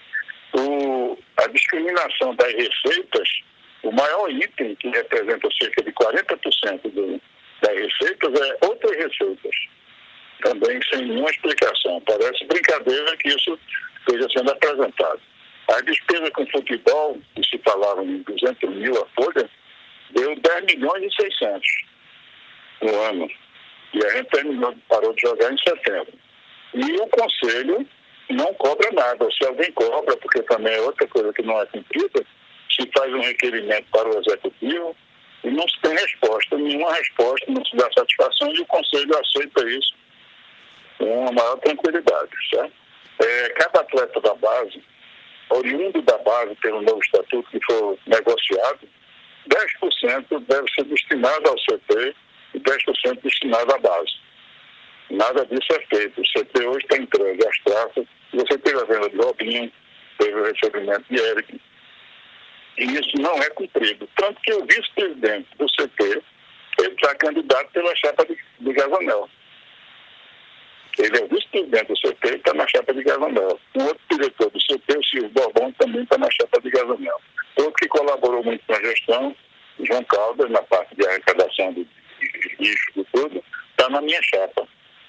O, a discriminação das receitas, o maior item que representa cerca de quarenta por cento do, das receitas é outras receitas. Também sem nenhuma explicação. Parece brincadeira que isso esteja sendo apresentado. A despesa com futebol, que se falava em duzentos mil a folha, deu dez milhões e seiscentos no ano. E a gente terminou, parou de jogar em setembro. E o Conselho não cobra nada. Se alguém cobra, porque também é outra coisa que não é cumprida, se faz um requerimento para o Executivo e não se tem resposta, nenhuma resposta, não se dá satisfação e o Conselho aceita isso com a maior tranquilidade, certo? É, cada atleta da base, oriundo da base pelo novo estatuto que foi negociado, dez por cento deve ser destinado ao C T e dez por cento destinado à base. Nada disso é feito. O C T hoje está entregue às praças. Você teve a venda de Robinho, teve o recebimento de Eric. E isso não é cumprido. Tanto que o vice-presidente do C T, ele está candidato pela chapa de, de Gazanel. Ele é o vice-presidente do C T e está na chapa de Gazanel. O outro diretor do C T, o Silvio Bourbon, também está na chapa de Gazanel. Outro que colaborou muito na gestão, João Caldas, na parte de arrecadação de lixo e tudo, está na minha chapa.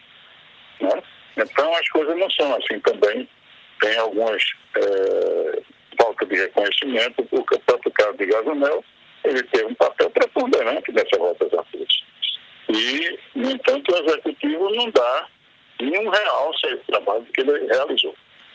né? Então as coisas não são assim também. Tem algumas é, falta de reconhecimento, porque o próprio caso de Gazanel, ele teve um papel preponderante nessa volta às apuros. E, no entanto, o executivo não dá nenhum realce a esse trabalho que ele realizou.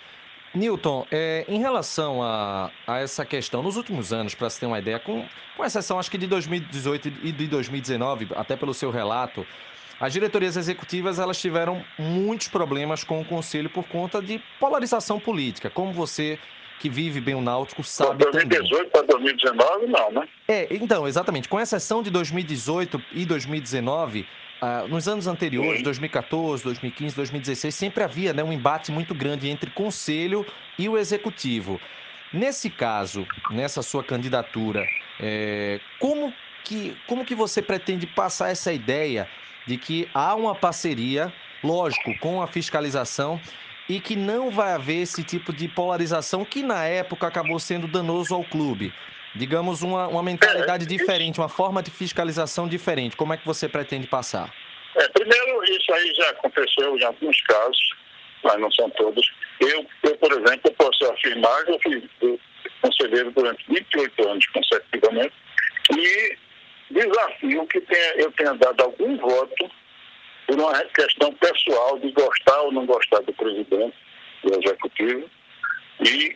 Newton, é, em relação a, a essa questão, nos últimos anos, para se ter uma ideia, com, com exceção acho que de dois mil e dezoito e de dois mil e dezenove, até pelo seu relato, as diretorias executivas elas tiveram muitos problemas com o Conselho por conta de polarização política, como você que vive bem o Náutico sabe também. dois mil e dezoito para dois mil e dezenove, não, né? É, então, exatamente. Com exceção de dois mil e dezoito e dois mil e dezenove, ah, nos anos anteriores, Sim. dois mil e quatorze, dois mil e quinze, dois mil e dezesseis, sempre havia, né, um embate muito grande entre Conselho e o Executivo. Nesse caso, nessa sua candidatura, é, como que, como que você pretende passar essa ideia de que há uma parceria, lógico, com a fiscalização e que não vai haver esse tipo de polarização que na época acabou sendo danoso ao clube? Digamos, uma, uma mentalidade diferente, uma forma de fiscalização diferente. Como é que você pretende passar? É, primeiro, isso aí já aconteceu em alguns casos, mas não são todos. Eu, eu por exemplo, posso afirmar que eu fui eu, conselheiro durante vinte e oito anos consecutivamente e desafio que tenha, eu tenha dado algum voto por uma questão pessoal de gostar ou não gostar do presidente, do executivo, e,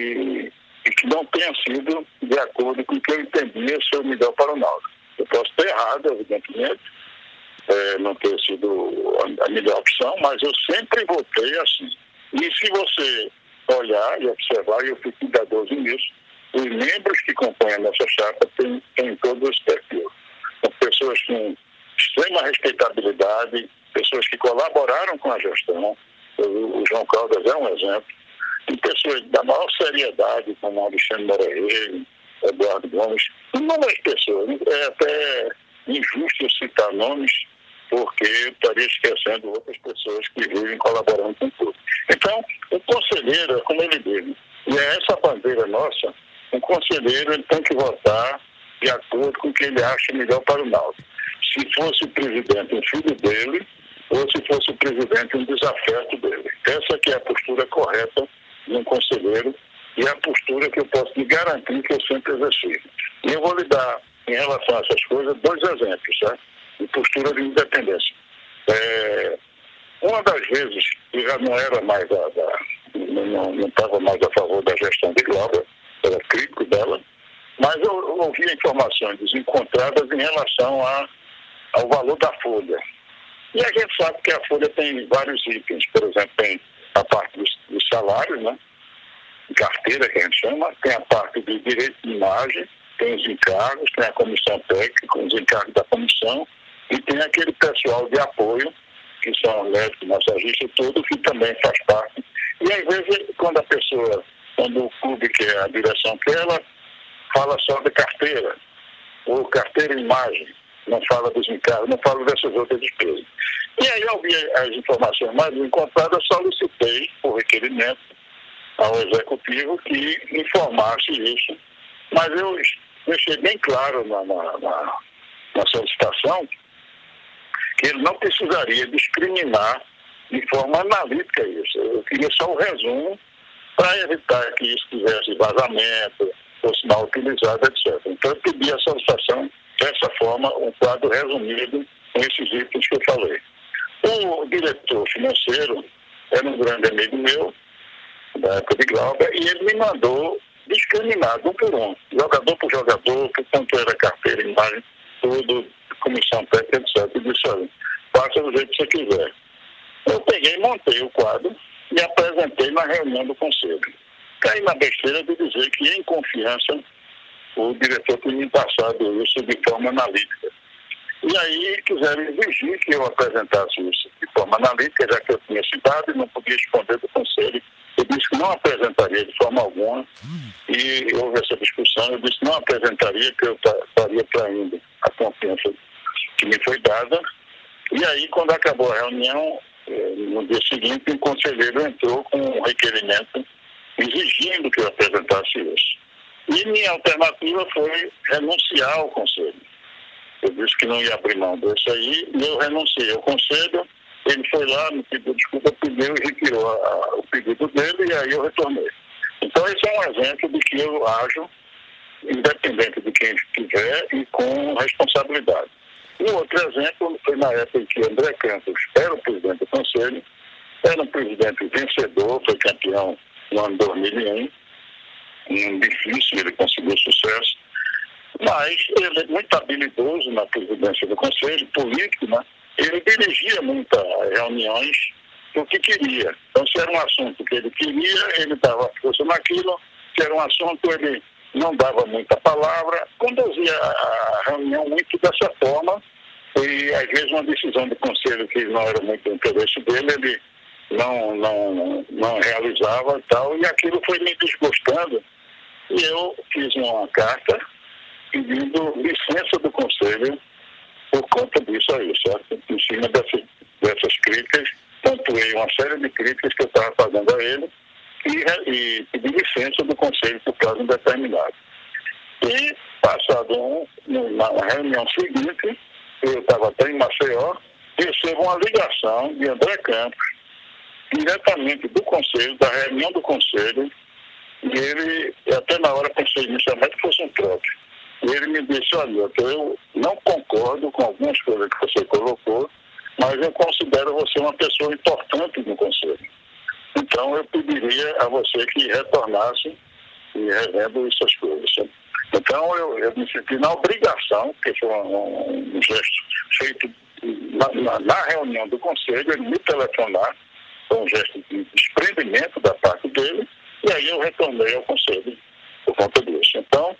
e, e que não tenha sido de acordo com o que eu entendia ser o melhor para o Náutico. Eu posso ter errado, evidentemente, é, não ter sido a, a melhor opção, mas eu sempre votei assim. E se você olhar e observar, e eu fui cuidadoso nisso, os membros que compõem a nossa chapa têm, têm todo esse perfil. São pessoas com extrema respeitabilidade, pessoas que colaboraram com a gestão. O João Caldas é um exemplo. E pessoas da maior seriedade, como Alexandre Moreira, Eduardo Gomes, inúmeras pessoas. É até injusto citar nomes, porque eu estaria esquecendo outras pessoas que vivem colaborando com tudo. Então, o conselheiro é como ele dele. E é essa bandeira nossa. O conselheiro ele tem que votar de acordo com o que ele acha melhor para o Náutico. Se fosse o presidente um filho dele, ou se fosse o presidente um desafeto dele. Essa que é a postura correta de um conselheiro e a postura que eu posso lhe garantir que eu sempre exerci. E eu vou lhe dar, em relação a essas coisas, dois exemplos, tá? De postura de independência. É, uma das vezes, eu já não era mais a, da, não estava mais a favor da gestão de Glauber, era crítico dela, mas eu, eu ouvi informações desencontradas em relação a, ao valor da folha. E a gente sabe que a folha tem vários itens, por exemplo, tem a parte dos, dos salários, né? Carteira, que a gente chama, tem a parte de direito de imagem, tem os encargos, tem a comissão técnica, os encargos da comissão, e tem aquele pessoal de apoio, que são médicos, massagistas e tudo, que também faz parte. E às vezes, quando a pessoa, quando o clube quer, a direção quer, ela fala só de carteira, ou carteira e imagem, não fala dos encargos, não fala dessas outras despesas. E aí, ao ver as informações mais encontradas, solicitei, por requerimento, ao executivo que informasse isso. Mas eu deixei bem claro na, na, na, na solicitação que ele não precisaria discriminar de forma analítica isso. Eu queria só o resumo para evitar que isso tivesse vazamento, fosse mal utilizado, etcétera. Então, eu pedi a solicitação dessa forma, um quadro resumido com esses itens que eu falei. O diretor financeiro era um grande amigo meu, da época de Glauber, e ele me mandou discriminado, um por um, jogador por jogador, por quanto era carteira, imagem, tudo, comissão técnica, etcétera. E disse, olha, faça do jeito que você quiser. Eu peguei, montei o quadro e apresentei na reunião do conselho. Caí na besteira de dizer que, em confiança, o diretor tinha me passado isso de forma analítica. E aí quiseram exigir que eu apresentasse isso de forma analítica, já que eu tinha citado e não podia esconder do conselho. Eu disse que não apresentaria de forma alguma, e houve essa discussão. Eu disse que não apresentaria, que eu estaria traindo a confiança que me foi dada. E aí, quando acabou a reunião, no dia seguinte, o conselheiro entrou com um requerimento exigindo que eu apresentasse isso. E minha alternativa foi renunciar ao conselho. Eu disse que não ia abrir mão disso aí, e eu renunciei ao conselho Ele foi lá, me pediu desculpa, pediu e retirou a, a, o pedido dele, e aí eu retornei. Então, esse é um exemplo de que eu ajo independente de quem estiver e com responsabilidade. E outro exemplo foi na época em que André Campos era o presidente do Conselho, era um presidente vencedor, foi campeão no ano dois mil e um, um difícil, ele conseguiu sucesso, mas ele é muito habilidoso na presidência do Conselho, político, né? Ele dirigia muitas reuniões do que queria. Então, se era um assunto que ele queria, ele dava força naquilo, se era um assunto, ele não dava muita palavra, conduzia a reunião muito dessa forma, e às vezes uma decisão do Conselho que não era muito do interesse dele, ele não, não, não realizava e tal, e aquilo foi me desgostando, e eu fiz uma carta pedindo licença do Conselho por conta disso aí, certo? Em cima dessas, dessas críticas, pontuei uma série de críticas que eu estava fazendo a ele e, e pedi licença do Conselho por prazo indeterminado. E, passado um, na reunião seguinte, eu estava até em Maceió, recebo uma ligação de André Campos, diretamente do Conselho, da reunião do Conselho, e ele, até na hora pensei inicialmente que fosse um trote. E ele me disse, olha, eu não concordo com algumas coisas que você colocou, mas eu considero você uma pessoa importante no Conselho. Então eu pediria a você que retornasse e revendo essas coisas. Então eu, eu me senti na obrigação, porque foi um, um gesto feito na, na, na reunião do Conselho, ele me telefonar, foi um gesto de desprendimento da parte dele, e aí eu retornei ao Conselho por conta disso. Então,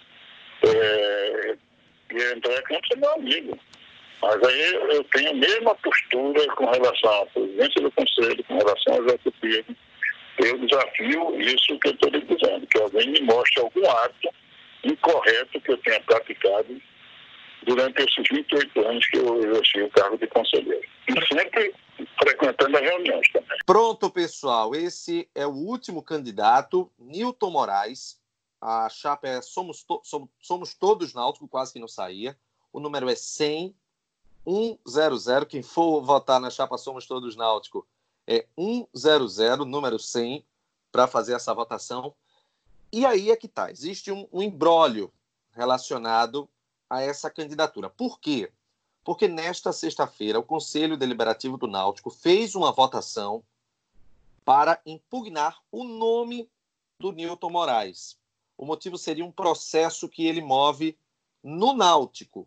é, e André Campos é meu amigo, mas aí eu tenho a mesma postura com relação à presidência do Conselho, com relação ao executivo. Eu desafio isso que eu estou lhe dizendo, que alguém me mostre algum ato incorreto que eu tenha praticado durante esses vinte e oito anos que eu exerci o cargo de conselheiro. E sempre frequentando as reuniões também. Pronto, pessoal. Esse é o último candidato, Nilton Moraes. A chapa é Somos, to- somos, somos Todos Náutico, quase que não saía. O número é cem, cem. Quem for votar na chapa Somos Todos Náutico é cem, número cem, para fazer essa votação. E aí é que está. Existe um, um imbróglio relacionado a essa candidatura. Por quê? Porque nesta sexta-feira o Conselho Deliberativo do Náutico fez uma votação para impugnar o nome do Nilton Moraes. O motivo seria um processo que ele move no Náutico.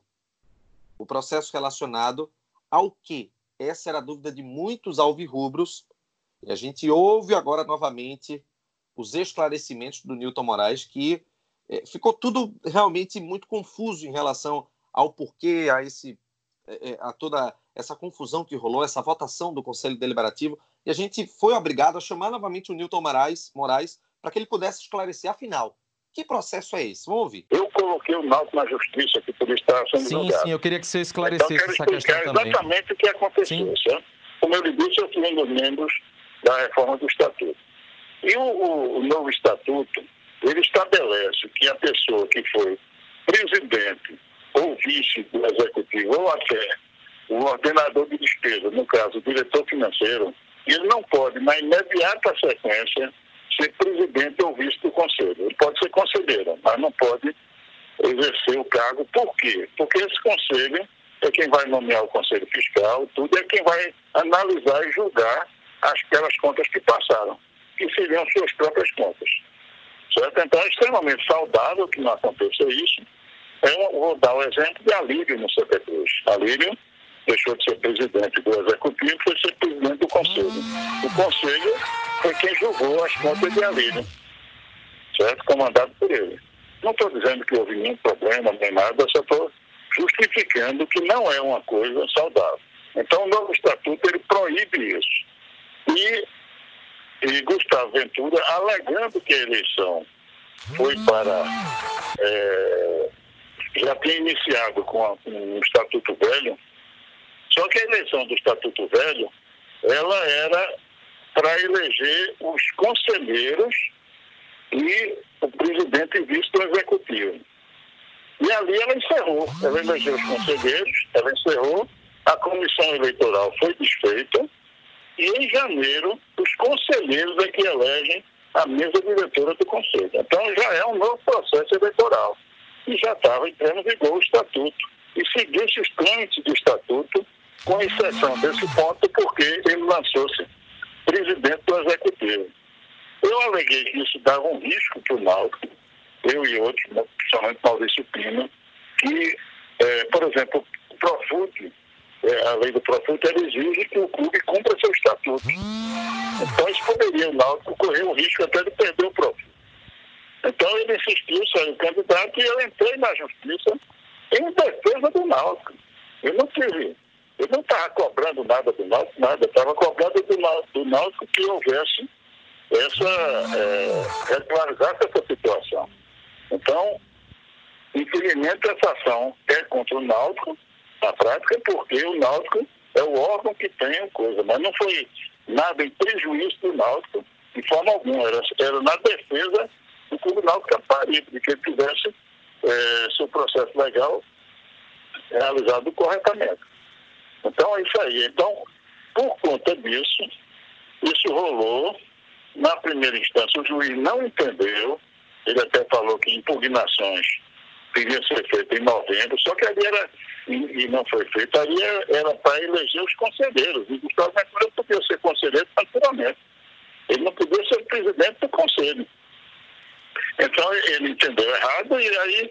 O processo relacionado ao quê? Essa era a dúvida de muitos alvirrubros. E a gente ouve agora novamente os esclarecimentos do Nilton Moraes, que eh, ficou tudo realmente muito confuso em relação ao porquê, a, esse, eh, a toda essa confusão que rolou, essa votação do Conselho Deliberativo. E a gente foi obrigado a chamar novamente o Nilton Moraes, Moraes para que ele pudesse esclarecer, afinal, que processo é esse? Vamos ouvir. Eu coloquei o Náutico na justiça, que por isso está sendo Sim, julgado. sim, eu queria que você esclarecesse então, essa quero questão explicar também. exatamente o que aconteceu, certo? Como eu lhe disse, eu fui um dos membros da reforma do Estatuto. E o, o, o novo Estatuto, ele estabelece que a pessoa que foi presidente ou vice do Executivo, ou até o ordenador de despesa, no caso, o diretor financeiro, ele não pode, na imediata sequência, ser presidente ou vice do Conselho. Ele pode ser conselheiro, mas não pode exercer o cargo. Por quê? Porque esse Conselho é quem vai nomear o Conselho Fiscal, tudo, é quem vai analisar e julgar aquelas contas que passaram, que seriam suas próprias contas. Certo? Então é extremamente saudável que não aconteça isso. Eu vou dar o exemplo de Alírio no C P Cruz. Alírio deixou de ser presidente do Executivo e foi ser presidente do Conselho. O Conselho foi quem julgou as contas de Alírio, certo? Comandado por ele. Não estou dizendo que houve nenhum problema, nem nada, só estou justificando que não é uma coisa saudável. Então o novo Estatuto, ele proíbe isso. E, e Gustavo Ventura, alegando que a eleição foi para... É, já tinha iniciado com, a, com o Estatuto Velho, só que a eleição do Estatuto Velho, ela era para eleger os conselheiros e o presidente e vice do Executivo. E ali ela encerrou, ela elegeu os conselheiros, ela encerrou, a comissão eleitoral foi desfeita, e em janeiro os conselheiros é que elegem a mesa diretora do Conselho. Então já é um novo processo eleitoral. E já estava entrando em vigor o Estatuto. E seguisse os trâmites do Estatuto, com exceção desse ponto, porque ele lançou-se presidente do Executivo. Eu aleguei que isso dava um risco para o Náutico, eu e outros, principalmente Maurício Pina, que, é, por exemplo, o Profut, é, a lei do Profut, ela exige que o clube cumpra seu estatuto. Então, isso poderia o Náutico correr o risco até de perder o Profut. Então, ele insistiu, saiu candidato, e eu entrei na justiça em defesa do Náutico. Eu não tive, eu não estava cobrando nada do Náutico, nada, estava cobrando do Náutico, do Náutico que houvesse essa, é, regularizasse essa situação. Então, infelizmente, essa ação é contra o Náutico, na prática, porque o Náutico é o órgão que tem a coisa, mas não foi nada em prejuízo do Náutico, de forma alguma, era, era na defesa do Clube Náutico Caparibe, de que ele tivesse é, seu processo legal realizado corretamente. Então, é isso aí. Então, por conta disso, isso rolou. Na primeira instância, o juiz não entendeu, ele até falou que impugnações deveriam ser feitas em novembro, só que ali era, e, e não foi feito, ali era para eleger os conselheiros, e Gustavo Ventura podia ser conselheiro naturalmente. Ele não podia ser presidente do conselho. Então, ele entendeu errado e aí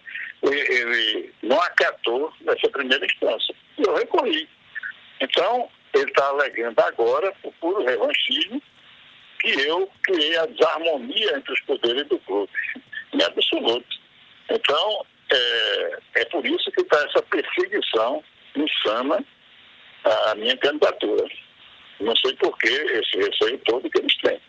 ele não acatou nessa primeira instância. E eu recorri. Então, ele está alegando agora, por puro revanchismo, que eu criei a desarmonia entre os poderes do clube, em absoluto. Então, é, é por isso que está essa perseguição insana à minha candidatura. Não sei por que esse receio todo que eles têm.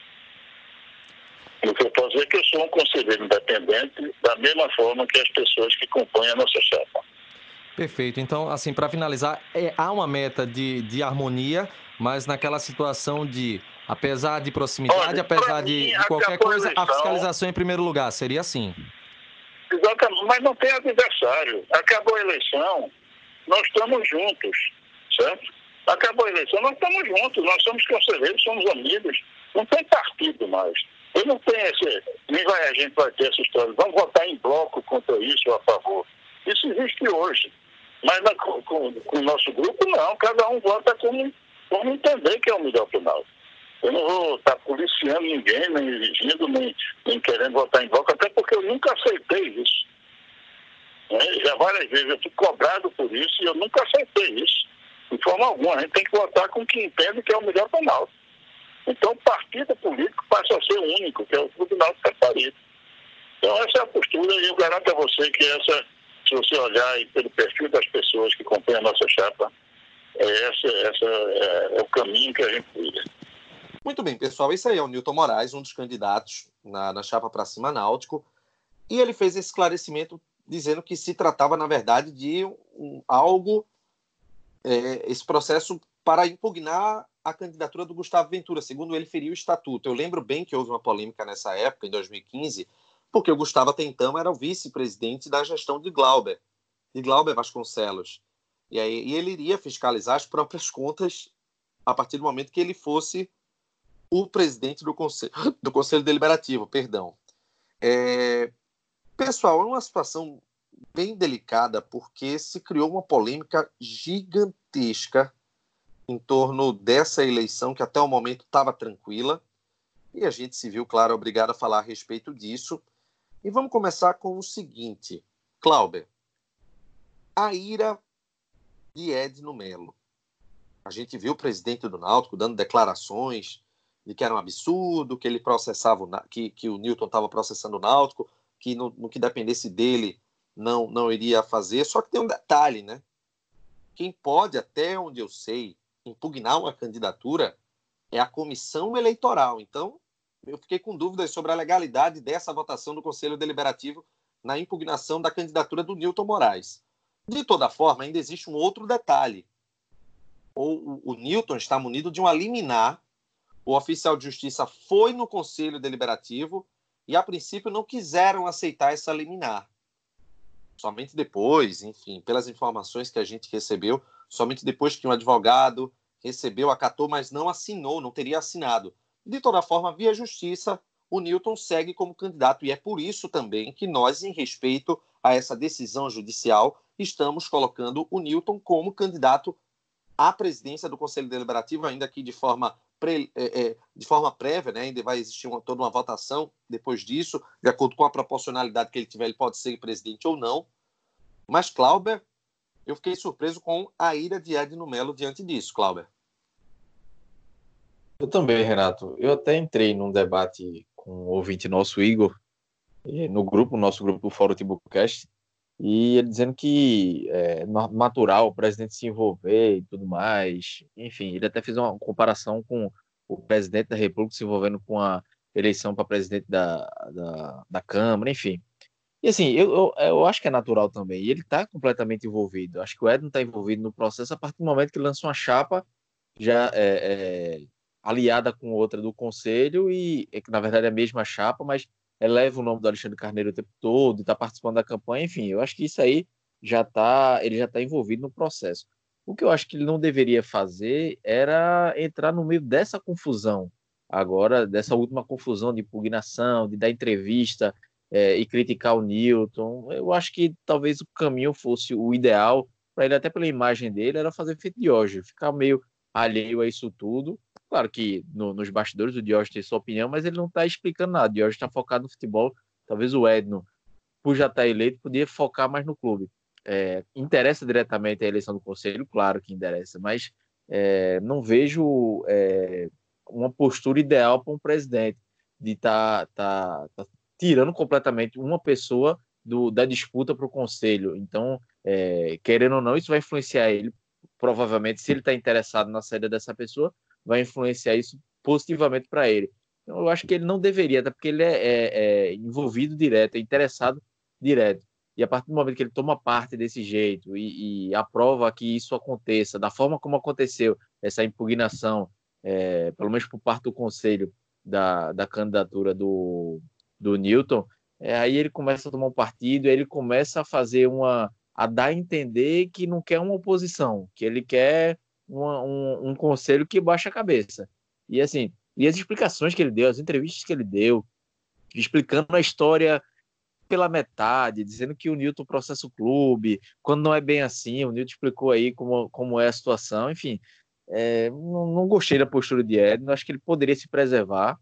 O que eu posso dizer é que eu sou um conselheiro independente, da mesma forma que as pessoas que compõem a nossa chapa. Perfeito. Então, assim, para finalizar, é, há uma meta de, de harmonia, mas naquela situação de, apesar de proximidade, Olha, apesar de, mim, de qualquer coisa, a, eleição, a fiscalização em primeiro lugar, seria assim. Exatamente, mas não tem adversário. Acabou a eleição, nós estamos juntos, certo? Acabou a eleição, nós estamos juntos, nós somos conselheiros, somos amigos, não tem partido mais. Eu não tenho esse, nem vai, a gente vai ter essa história, vamos votar em bloco contra isso ou a favor. Isso existe hoje. Mas na, com, com o nosso grupo, não. Cada um vota como, como entender que é o melhor para o Náutico. Eu não vou estar policiando ninguém, nem exigindo, nem, nem querendo votar em bloco, até porque eu nunca aceitei isso. É, já várias vezes eu fui cobrado por isso e eu nunca aceitei isso. De forma alguma, a gente tem que votar com quem entende que é o melhor para o Náutico. Então, o partido político passa a ser o único, que é o Clube Náutico Caparibe. Então, essa é a postura, e eu garanto a você que essa, se você olhar aí pelo perfil das pessoas que compõem a nossa chapa, é essa, essa é, é o caminho que a gente trilha. Muito bem, pessoal, esse aí é o Nilton Moraes, um dos candidatos na, na chapa Pra Cima Náutico, e ele fez esse esclarecimento dizendo que se tratava, na verdade, de um, algo, é, esse processo para impugnar a candidatura do Gustavo Ventura, segundo ele feria o estatuto. Eu lembro bem que houve uma polêmica nessa época, em dois mil e quinze, porque o Gustavo até então era o vice-presidente da gestão de Glauber, de Glauber Vasconcelos. E aí e ele iria fiscalizar as próprias contas a partir do momento que ele fosse o presidente do Conselho, do Conselho Deliberativo, perdão. É, pessoal, é uma situação bem delicada, porque se criou uma polêmica gigantesca em torno dessa eleição, que até o momento estava tranquila, e a gente se viu, claro, obrigado a falar a respeito disso. E vamos começar com o seguinte, Cláudio, a ira de Edno Melo. A gente viu o presidente do Náutico dando declarações de que era um absurdo, que ele processava, o, que, que o Nilton estava processando o Náutico, que no, no que dependesse dele não, não iria fazer. Só que tem um detalhe, né? Quem pode, até onde eu sei, impugnar uma candidatura é a comissão eleitoral. Então, eu fiquei com dúvidas sobre a legalidade dessa votação do Conselho Deliberativo na impugnação da candidatura do Nilton Moraes. De toda forma, ainda existe um outro detalhe. O, o, o Nilton está munido de uma liminar. O oficial de justiça foi no Conselho Deliberativo e, a princípio, não quiseram aceitar essa liminar. Somente depois, enfim, pelas informações que a gente recebeu, somente depois que um advogado recebeu, acatou, mas não assinou, não teria assinado. De toda forma, via justiça, o Newton segue como candidato, e é por isso também que nós, em respeito a essa decisão judicial, estamos colocando o Newton como candidato à presidência do Conselho Deliberativo, ainda que de forma, pre, é, é, de forma prévia, né? Ainda vai existir uma, toda uma votação depois disso, de acordo com a proporcionalidade que ele tiver, ele pode ser presidente ou não. Mas, Clauber, eu fiquei surpreso com a ira de Edno Melo diante disso, Clauber. Eu também, Renato. Eu até entrei num debate com o ouvinte nosso, Igor, no grupo, nosso grupo do Fórum Timbucast, e ele dizendo que é natural o presidente se envolver e tudo mais. Enfim, ele até fez uma comparação com o presidente da República se envolvendo com a eleição para presidente da, da, da Câmara, enfim. E assim, eu, eu, eu acho que é natural também. E ele está completamente envolvido. Acho que o Edno está envolvido no processo a partir do momento que ele lança uma chapa já é, é, aliada com outra do Conselho, e é que na verdade é a mesma chapa, mas eleva o nome do Alexandre Carneiro o tempo todo, está participando da campanha, enfim, eu acho que isso aí já está, ele já está envolvido no processo. O que eu acho que ele não deveria fazer era entrar no meio dessa confusão, agora, dessa última confusão de impugnação, de dar entrevista é, e criticar o Newton. Eu acho que talvez o caminho fosse o ideal para ele, até pela imagem dele, era fazer feito Diógenes, ficar meio alheio a isso tudo. Claro que no, nos bastidores o Diógenes tem sua opinião, mas ele não está explicando nada. O Diógenes está focado no futebol. Talvez o Edno, por já estar eleito, podia focar mais no clube. É, interessa diretamente a eleição do Conselho? Claro que interessa, mas é, não vejo é, uma postura ideal para um presidente de estar tá, tá, tá tirando completamente uma pessoa do, da disputa para o Conselho. Então, é, querendo ou não, isso vai influenciar ele. Provavelmente, se ele está interessado na saída dessa pessoa, vai influenciar isso positivamente para ele. Então, eu acho que ele não deveria, até porque ele é, é, é envolvido direto, é interessado direto. E a partir do momento que ele toma parte desse jeito e, e aprova que isso aconteça, da forma como aconteceu essa impugnação, é, pelo menos por parte do Conselho, da, da candidatura do, do Newton, é, aí ele começa a tomar um partido, ele começa a fazer uma... a dar a entender que não quer uma oposição, que ele quer uma, um, um conselho que baixa a cabeça. E assim, e as explicações que ele deu, as entrevistas que ele deu, explicando a história pela metade, dizendo que o Newton processa o clube, quando não é bem assim, o Newton explicou aí como, como é a situação, enfim, é, não, não gostei da postura de Edno, acho que ele poderia se preservar,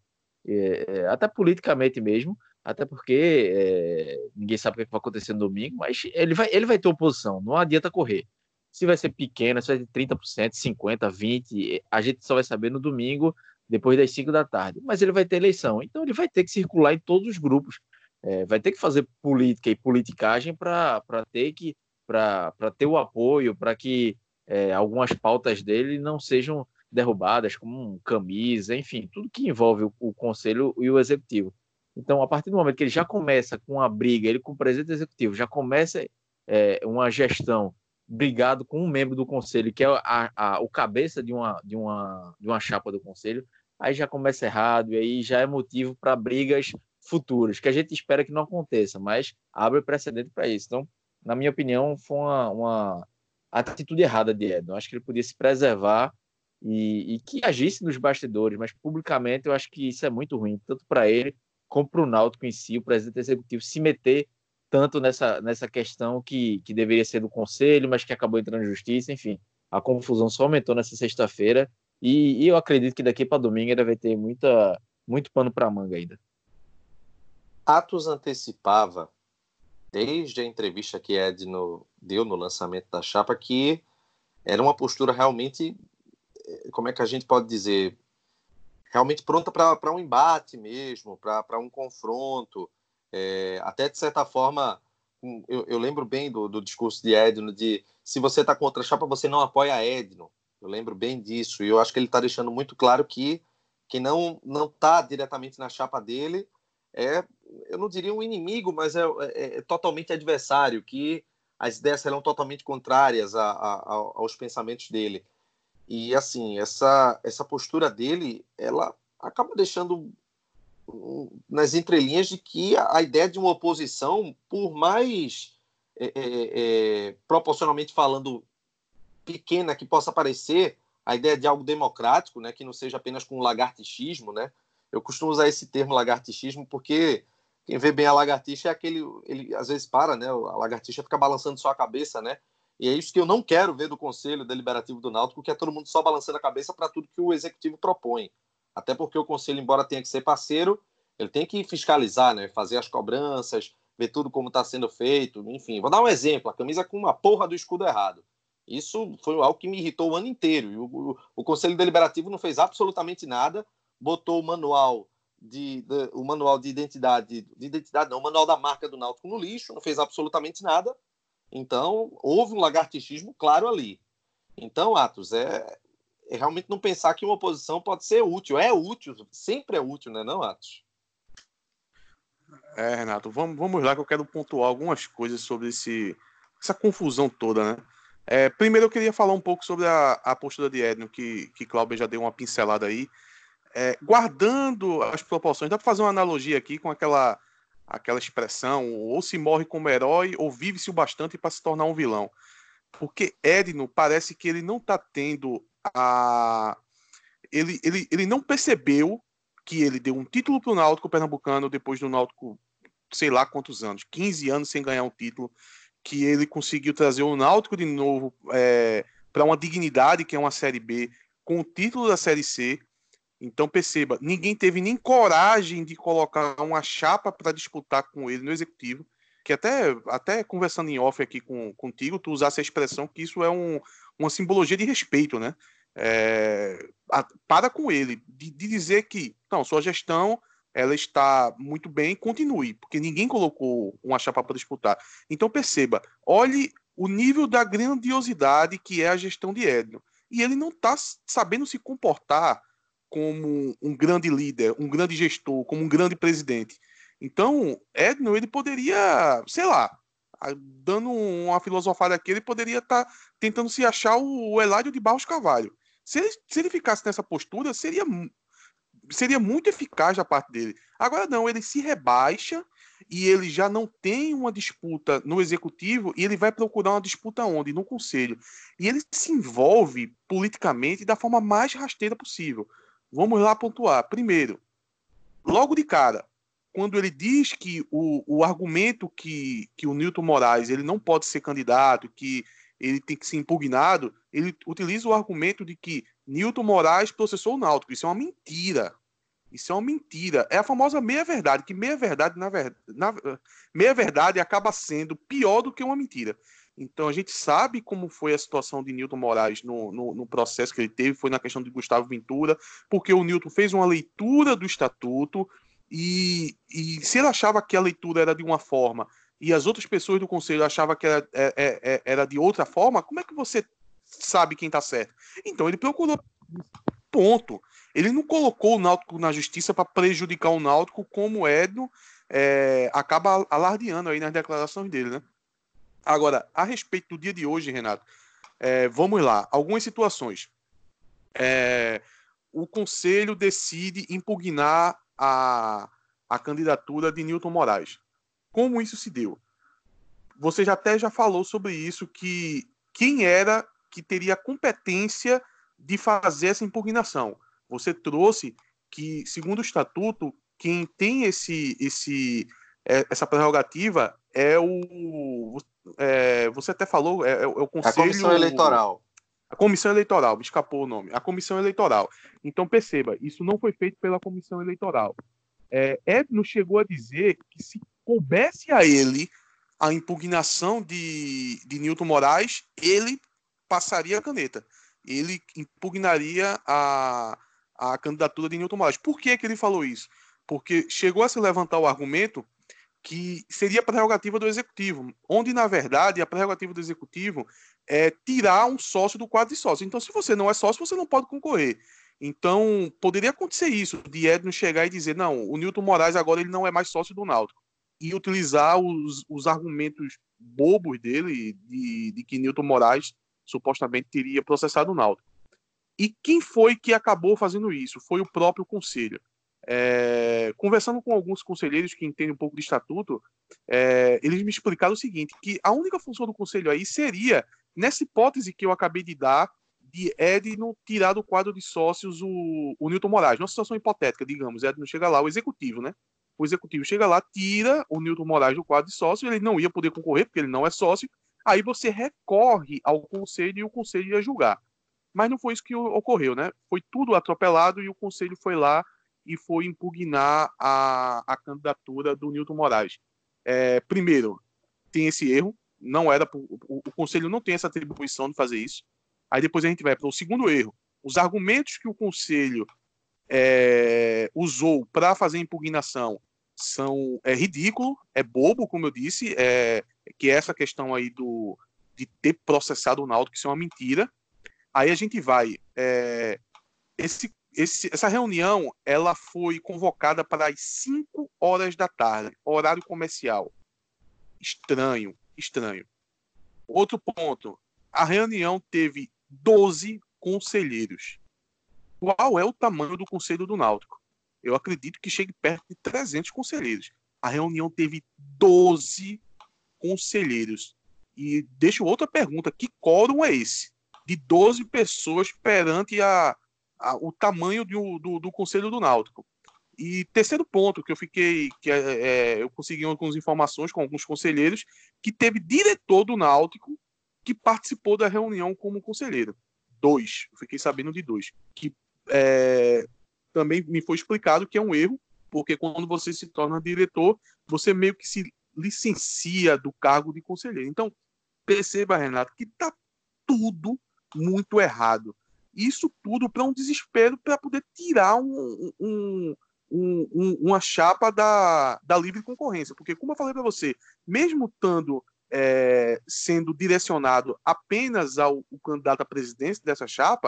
é, até politicamente mesmo, até porque é, ninguém sabe o que vai acontecer no domingo, mas ele vai, ele vai ter oposição, não adianta correr. Se vai ser pequena, se vai ter trinta por cento, cinquenta por cento, vinte por cento, a gente só vai saber no domingo, depois das cinco da tarde. Mas ele vai ter eleição, então ele vai ter que circular em todos os grupos, é, vai ter que fazer política e politicagem para ter que para ter o apoio, para que é, algumas pautas dele não sejam derrubadas, como camisa, enfim, tudo que envolve o, o Conselho e o Executivo. Então, a partir do momento que ele já começa com a briga, ele com o presidente executivo, já começa é, uma gestão brigado com um membro do Conselho, que é a, a, o cabeça de uma, de, uma, de uma chapa do Conselho, aí já começa errado, e aí já é motivo para brigas futuras, que a gente espera que não aconteça, mas abre precedente para isso. Então, na minha opinião, foi uma, uma atitude errada de Edno. Acho que ele podia se preservar e, e que agisse nos bastidores, mas publicamente eu acho que isso é muito ruim, tanto para ele como para o Náutico em si, o presidente executivo se meter tanto nessa, nessa questão que, que deveria ser do Conselho, mas que acabou entrando na Justiça, enfim. A confusão só aumentou nessa sexta-feira e, e eu acredito que daqui para domingo ainda vai ter muita, muito pano para manga ainda. Atos antecipava, desde a entrevista que Edno deu no lançamento da chapa, que era uma postura realmente, como é que a gente pode dizer, realmente pronta para um embate mesmo, para um confronto. É, até, de certa forma, eu, eu lembro bem do, do discurso de Edno, de se você está contra a chapa, você não apoia Edno. Eu lembro bem disso. E eu acho que ele está deixando muito claro que quem não está diretamente na chapa dele é, eu não diria um inimigo, mas é, é, é totalmente adversário, que as ideias serão totalmente contrárias a, a, aos pensamentos dele. E, assim, essa, essa postura dele, ela acaba deixando nas entrelinhas de que a, a ideia de uma oposição, por mais é, é, é, proporcionalmente falando pequena que possa parecer, a ideia de algo democrático, né, que não seja apenas com lagartixismo, né? Eu costumo usar esse termo lagartixismo porque quem vê bem a lagartixa é aquele, ele às vezes para, né? A lagartixa fica balançando só a cabeça, né? E é isso que eu não quero ver do Conselho Deliberativo do Náutico, que é todo mundo só balançando a cabeça para tudo que o Executivo propõe. Até porque o Conselho, embora tenha que ser parceiro, ele tem que fiscalizar, né? Fazer as cobranças, ver tudo como está sendo feito, enfim. Vou dar um exemplo, a camisa com uma porra do escudo errado. Isso foi algo que me irritou o ano inteiro. E o, o, o Conselho Deliberativo não fez absolutamente nada, botou o manual de, de, o manual de identidade, de identidade não, o manual da marca do Náutico no lixo, não fez absolutamente nada. Então, houve um lagartixismo claro ali. Então, Atos, é, é realmente não pensar que uma oposição pode ser útil. É útil, sempre é útil, né, não, Atos? É, Renato, vamos, vamos lá que eu quero pontuar algumas coisas sobre esse, essa confusão toda, né? É, primeiro eu queria falar um pouco sobre a, a postura de Edno, que, que Cláudio já deu uma pincelada aí. É, guardando as proporções, dá para fazer uma analogia aqui com aquela, aquela expressão, ou se morre como herói, ou vive-se o bastante para se tornar um vilão. Porque Edno parece que ele não está tendo a... Ele, ele, ele não percebeu que ele deu um título para o Náutico Pernambucano depois do Náutico, sei lá quantos anos, quinze anos sem ganhar um título, que ele conseguiu trazer o Náutico de novo é, para uma dignidade, que é uma Série B, com o título da Série C. Então, perceba, ninguém teve nem coragem de colocar uma chapa para disputar com ele no Executivo, que até, até conversando em off aqui com, contigo, tu usasse a expressão que isso é um, uma simbologia de respeito, né? É, a, para com ele, de, de dizer que, não, sua gestão ela está muito bem, continue, porque ninguém colocou uma chapa para disputar. Então, perceba, olhe o nível da grandiosidade que é a gestão de Edno. E ele não está sabendo se comportar como um grande líder, um grande gestor, como um grande presidente. Então, Edno, ele poderia, sei lá, dando uma filosofada aqui, ele poderia estar tá tentando se achar o Eládio de Barros Carvalho. Se ele, se ele ficasse nessa postura, seria, seria muito eficaz da parte dele. Agora não, ele se rebaixa e ele já não tem uma disputa no Executivo e ele vai procurar uma disputa onde? No Conselho. E ele se envolve politicamente da forma mais rasteira possível. Vamos lá pontuar. Primeiro, logo de cara, quando ele diz que o, o argumento que, que o Nilton Moraes ele não pode ser candidato, que ele tem que ser impugnado, ele utiliza o argumento de que Nilton Moraes processou o Náutico. Isso é uma mentira. Isso é uma mentira. É a famosa meia-verdade, que meia-verdade, na verdade, na, meia-verdade acaba sendo pior do que uma mentira. Então a gente sabe como foi a situação de Nilton Moraes no, no, no processo que ele teve, foi na questão de Gustavo Ventura, porque o Nilton fez uma leitura do estatuto e, e se ele achava que a leitura era de uma forma e as outras pessoas do conselho achavam que era, é, é, era de outra forma, como é que você sabe quem está certo? Então ele procurou ponto. Ele não colocou o Náutico na justiça para prejudicar o Náutico, como o Edno é, acaba alardeando aí nas declarações dele, né? Agora, a respeito do dia de hoje, Renato, é, vamos lá. Algumas situações. É, o Conselho decide impugnar a, a candidatura de Nilton Moraes. Como isso se deu? Você já até já falou sobre isso, que quem era que teria competência de fazer essa impugnação? Você trouxe que, segundo o estatuto, quem tem esse, esse, essa prerrogativa é o... É, você até falou, é, é o Conselho... A Comissão Eleitoral. A Comissão Eleitoral, me escapou o nome. A Comissão Eleitoral. Então, perceba, isso não foi feito pela Comissão Eleitoral. É, Edno chegou a dizer que se coubesse a ele a impugnação de, de Nilton Moraes, ele passaria a caneta. Ele impugnaria a, a candidatura de Nilton Moraes. Por que que ele falou isso? Porque chegou a se levantar o argumento que seria prerrogativa do Executivo, onde, na verdade, a prerrogativa do Executivo é tirar um sócio do quadro de sócios. Então, se você não é sócio, você não pode concorrer. Então, poderia acontecer isso, de Edno chegar e dizer, não, o Nilton Moraes agora ele não é mais sócio do Náutico, e utilizar os, os argumentos bobos dele, de, de que Nilton Moraes supostamente teria processado o Náutico. E quem foi que acabou fazendo isso? Foi o próprio Conselho. É, conversando com alguns conselheiros que entendem um pouco de estatuto, é, eles me explicaram o seguinte, que a única função do Conselho aí seria, nessa hipótese que eu acabei de dar, de Edno tirar do quadro de sócios o, o Newton Moraes. Uma situação hipotética, digamos, Edno chega lá, o executivo, né? O executivo chega lá, tira o Newton Moraes do quadro de sócio, ele não ia poder concorrer, porque ele não é sócio, aí você recorre ao conselho e o conselho ia julgar. Mas não foi isso que ocorreu, né? Foi tudo atropelado e o conselho foi lá e foi impugnar a, a candidatura do Newton Moraes. É, primeiro, tem esse erro, não era o, o conselho não tem essa atribuição de fazer isso. Aí depois a gente vai para o segundo erro. Os argumentos que o conselho é, usou para fazer a impugnação são é ridículo, é bobo, como eu disse, é, que é essa questão aí do, de ter processado o Náutico, que isso é uma mentira. Aí a gente vai... É, esse, esse, essa reunião ela foi convocada para as cinco horas da tarde, horário comercial. Estranho, estranho. Outro ponto, a reunião teve doze conselheiros. Qual é o tamanho do Conselho do Náutico? Eu acredito que chegue perto de trezentos conselheiros. A reunião teve doze conselheiros. E deixo outra pergunta, que quórum é esse? De doze pessoas perante a, a, o tamanho do, do, do Conselho do Náutico. E terceiro ponto, que eu fiquei, que é, é, eu consegui algumas informações com alguns conselheiros, que teve diretor do Náutico que participou da reunião como conselheiro. Dois, eu fiquei sabendo de dois. Que é, também me foi explicado que é um erro, porque quando você se torna diretor, você meio que se licencia do cargo de conselheiro. Então, perceba, Renato, que está tudo muito errado. Isso tudo para um desespero para poder tirar um, um, um, um, uma chapa da, da livre concorrência. Porque, como eu falei para você, mesmo estando é, sendo direcionado apenas ao, ao candidato à presidência dessa chapa,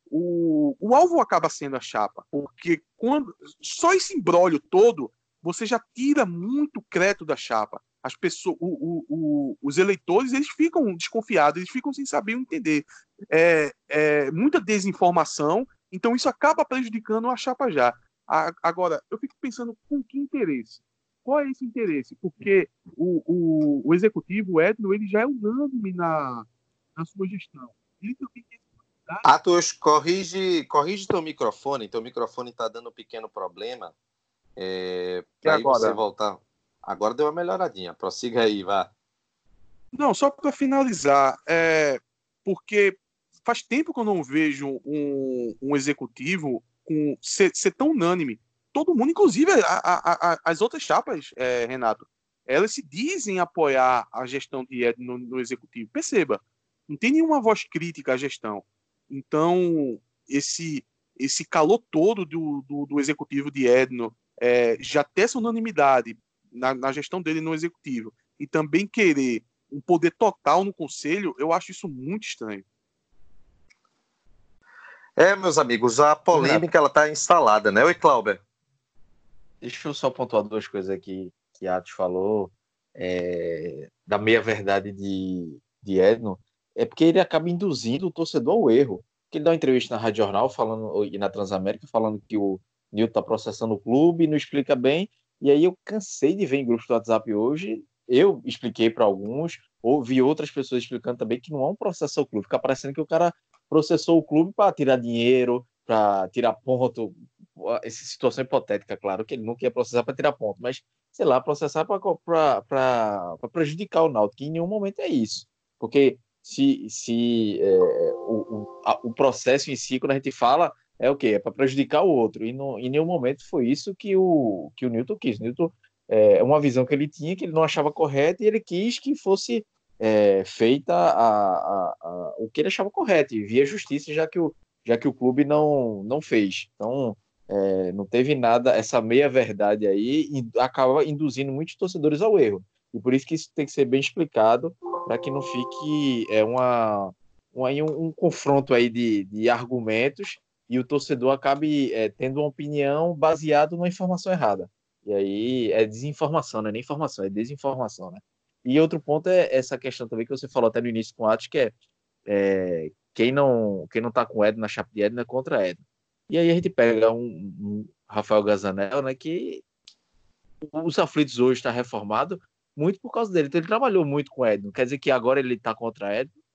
o, o alvo acaba sendo a chapa. Porque quando, só esse imbróglio todo, você já tira muito crédito da chapa. As pessoas, o, o, o, os eleitores, eles ficam desconfiados, eles ficam sem saber entender. É, é muita desinformação, então isso acaba prejudicando a chapa já. A, agora, eu fico pensando com que interesse? Qual é esse interesse? Porque o, o, o executivo, o Edno, ele já é unânime na, na sua gestão. Ele também tem Atos, corrige, corrige teu microfone, teu microfone está dando um pequeno problema. É, para aí você voltar. Agora deu uma melhoradinha. Prossiga aí, vá. Não, só para finalizar, é, porque faz tempo que eu não vejo um, um executivo com, ser, ser tão unânime. Todo mundo, inclusive a, a, a, as outras chapas, é, Renato, elas se dizem apoiar a gestão de Edno no, no executivo. Perceba, não tem nenhuma voz crítica à gestão. Então, esse, esse calor todo do, do, do executivo de Edno, é, já ter essa unanimidade Na, na gestão dele no executivo e também querer um poder total no conselho, eu acho isso muito estranho. É, meus amigos, a polêmica ela está instalada, né? Oi, Clauber. Deixa eu só pontuar duas coisas aqui que Atos falou, é, da meia-verdade de, de Edno, é porque ele acaba induzindo o torcedor ao erro. Porque ele dá uma entrevista na Rádio Jornal falando, e na Transamérica falando que o Nilton está processando o clube, não explica bem. E aí eu cansei de ver em grupos do WhatsApp hoje, eu expliquei para alguns, ouvi outras pessoas explicando também que não é um processo ao clube, fica parecendo que o cara processou o clube para tirar dinheiro, para tirar ponto, essa situação hipotética, claro, que ele não quer processar para tirar ponto, mas, sei lá, processar para prejudicar o Náutico, que em nenhum momento é isso, porque se, se é, o, o, a, o processo em si, quando a gente fala, é o quê? É para prejudicar o outro. E não, em nenhum momento foi isso que o, que o Nilton quis. O Nilton é uma visão que ele tinha, que ele não achava correta, e ele quis que fosse é, feita a, a, a, o que ele achava correto, e via justiça, já que o, já que o clube não, não fez. Então, é, não teve nada, essa meia-verdade aí, e acaba induzindo muitos torcedores ao erro. E por isso que isso tem que ser bem explicado, para que não fique é, uma, uma, um, um confronto aí de, de argumentos, e o torcedor acabe é, tendo uma opinião baseada numa informação errada. E aí é desinformação, não é nem informação, é desinformação, né? E outro ponto é essa questão também que você falou até no início com o Atos, que é, é quem não quem não tá com o Edno na chapa de Edno é contra Edno. E aí a gente pega um, um Rafael Gazanel, né, que os aflitos hoje está reformado muito por causa dele. Então ele trabalhou muito com o Edno. Quer dizer que agora ele tá contra Edno?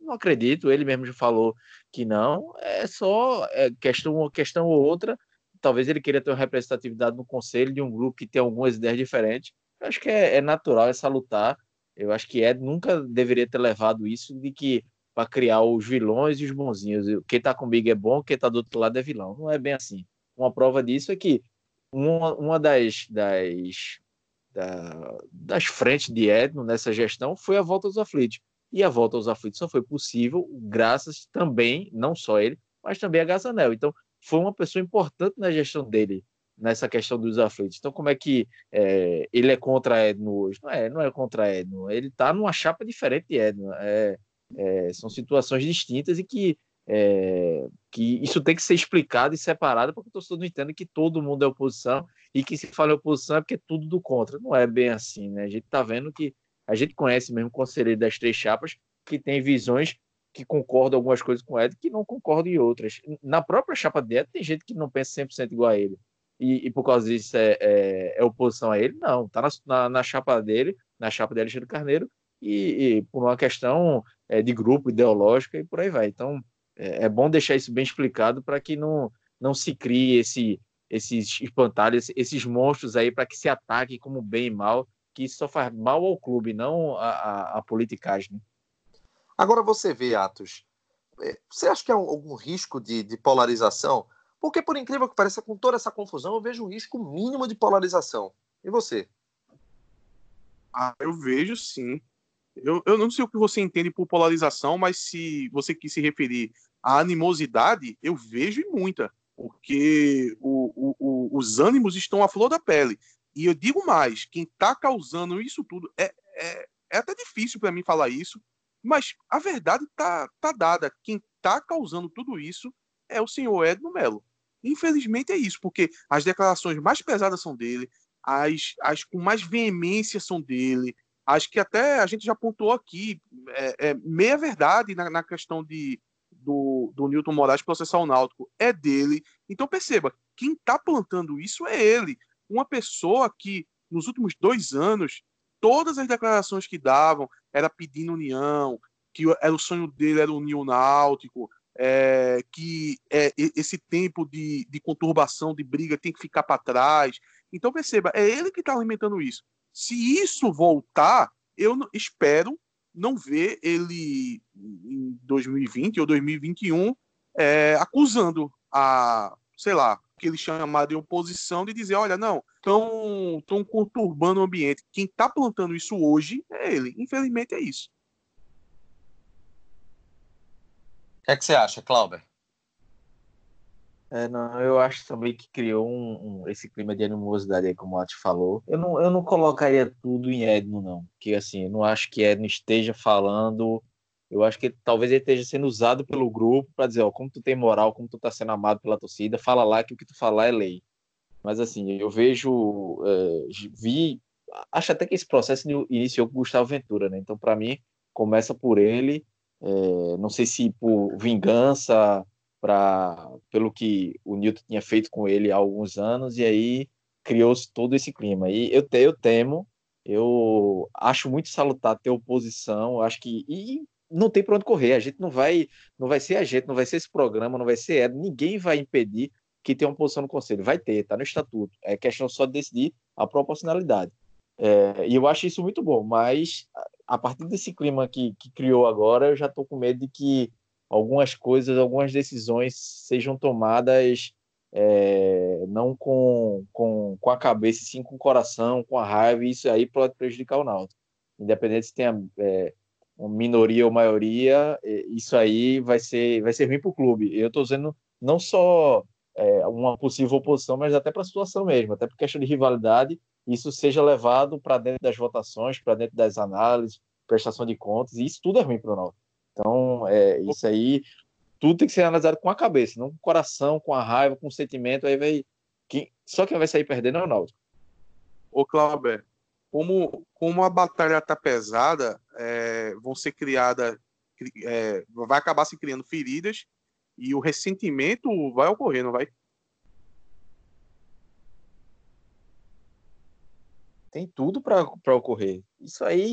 não acredito, ele mesmo já falou que não, é só é questão, uma questão ou outra, talvez ele queira ter uma representatividade no conselho de um grupo que tem algumas ideias diferentes, eu acho que é, é natural, é salutar, eu acho que Ed nunca deveria ter levado isso de que para criar os vilões e os bonzinhos, quem tá comigo é bom, quem tá do outro lado é vilão, não é bem assim. Uma prova disso é que uma, uma das, das, da, das frentes de Edno nessa gestão foi a volta aos aflitos. E a volta aos aflitos só foi possível graças também, não só ele, mas também a Gazanel. Então, foi uma pessoa importante na gestão dele, nessa questão dos aflitos. Então, como é que é, ele é contra Edno hoje? Não é, não é contra Edno. Ele está numa chapa diferente de Edno. É, é, são situações distintas e que É, que isso tem que ser explicado e separado para que o torcedor não entenda que todo mundo é oposição e que se fala em oposição é porque é tudo do contra. Não é bem assim, né? A gente está vendo que a gente conhece mesmo o conselheiro das três chapas que tem visões que concordam em algumas coisas com o Ed que não concordam em outras. Na própria chapa de Ed tem gente que não pensa cem por cento igual a ele e, e por causa disso é, é, é oposição a ele. Não, está na, na, na chapa dele, na chapa de Alexandre Carneiro e, e por uma questão é, de grupo ideológica e por aí vai. Então é bom deixar isso bem explicado para que não, não se crie esse, esses espantalhos, esses monstros aí para que se ataquem como bem e mal, que isso só faz mal ao clube, não a, a, a politicagem. Agora você vê, Atos, você acha que há algum risco de, de polarização? Porque, por incrível que pareça, com toda essa confusão, eu vejo um risco mínimo de polarização. E você? Ah, eu vejo sim. Eu, eu não sei o que você entende por polarização, mas se você quis se referir à animosidade, eu vejo e muita, porque o, o, o, os ânimos estão à flor da pele. E eu digo mais, quem está causando isso tudo, é, é, é até difícil para mim falar isso, mas a verdade está tá dada. Quem está causando tudo isso é o senhor Edno Melo. Infelizmente é isso, porque as declarações mais pesadas são dele, as, as com mais veemência são dele. Acho que até a gente já pontuou aqui, é, é meia verdade na, na questão de, do, do Newton Moraes processar o Náutico, é dele. Então perceba, quem está plantando isso é ele. Uma pessoa que, nos últimos dois anos, todas as declarações que davam era pedindo união, que era o sonho dele era unir o Náutico, é, que é, esse tempo de, de conturbação, de briga tem que ficar para trás. Então perceba, é ele que está alimentando isso. Se isso voltar, eu espero não ver ele em dois mil e vinte ou dois mil e vinte e um é, acusando a, sei lá, que ele chama de oposição, de dizer, olha, não, estão conturbando o ambiente. Quem está plantando isso hoje é ele. Infelizmente é isso. O que é que você acha, Clauber? É, não, eu acho também que criou um, um, esse clima de animosidade aí, como o Ati falou. Eu não, eu não colocaria tudo em Edno, não. Porque, assim, eu não acho que Edno esteja falando... Eu acho que talvez ele esteja sendo usado pelo grupo para dizer, ó, como tu tem moral, como tu tá sendo amado pela torcida, fala lá que o que tu falar é lei. Mas, assim, eu vejo... É, vi... Acho até que esse processo iniciou com o Gustavo Ventura, né? Então, para mim, começa por ele. É, não sei se por vingança... Pra, pelo que o Newton tinha feito com ele há alguns anos, e aí criou-se todo esse clima. E eu, te, eu temo, eu acho muito salutar ter oposição, acho que e não tem para onde correr, a gente não vai, não vai ser a gente, não vai ser esse programa, não vai ser Ed, ninguém vai impedir que tenha uma oposição no conselho, vai ter, está no estatuto, é questão só de decidir a proporcionalidade. É, e eu acho isso muito bom, mas a partir desse clima que, que criou agora, eu já estou com medo de que algumas coisas, algumas decisões sejam tomadas é, não com, com, com a cabeça, sim com o coração, com a raiva, e isso aí pode prejudicar o Náutico. Independente se tenha é, uma minoria ou maioria, isso aí vai ser, vai ser ruim para o clube. Eu estou dizendo não só é, uma possível oposição, mas até para a situação mesmo, até por questão de rivalidade, isso seja levado para dentro das votações, para dentro das análises, prestação de contas, e isso tudo é ruim para o Náutico. Então, é, isso aí, tudo tem que ser analisado com a cabeça, não com o coração, com a raiva, com o sentimento, aí vai... Quem, só quem vai sair perdendo é o Náutico. Ô, Cláudio, como, como a batalha tá pesada, é, vão ser criadas... É, vai acabar se criando feridas e o ressentimento vai ocorrer, não vai? Tem tudo para ocorrer. Isso aí...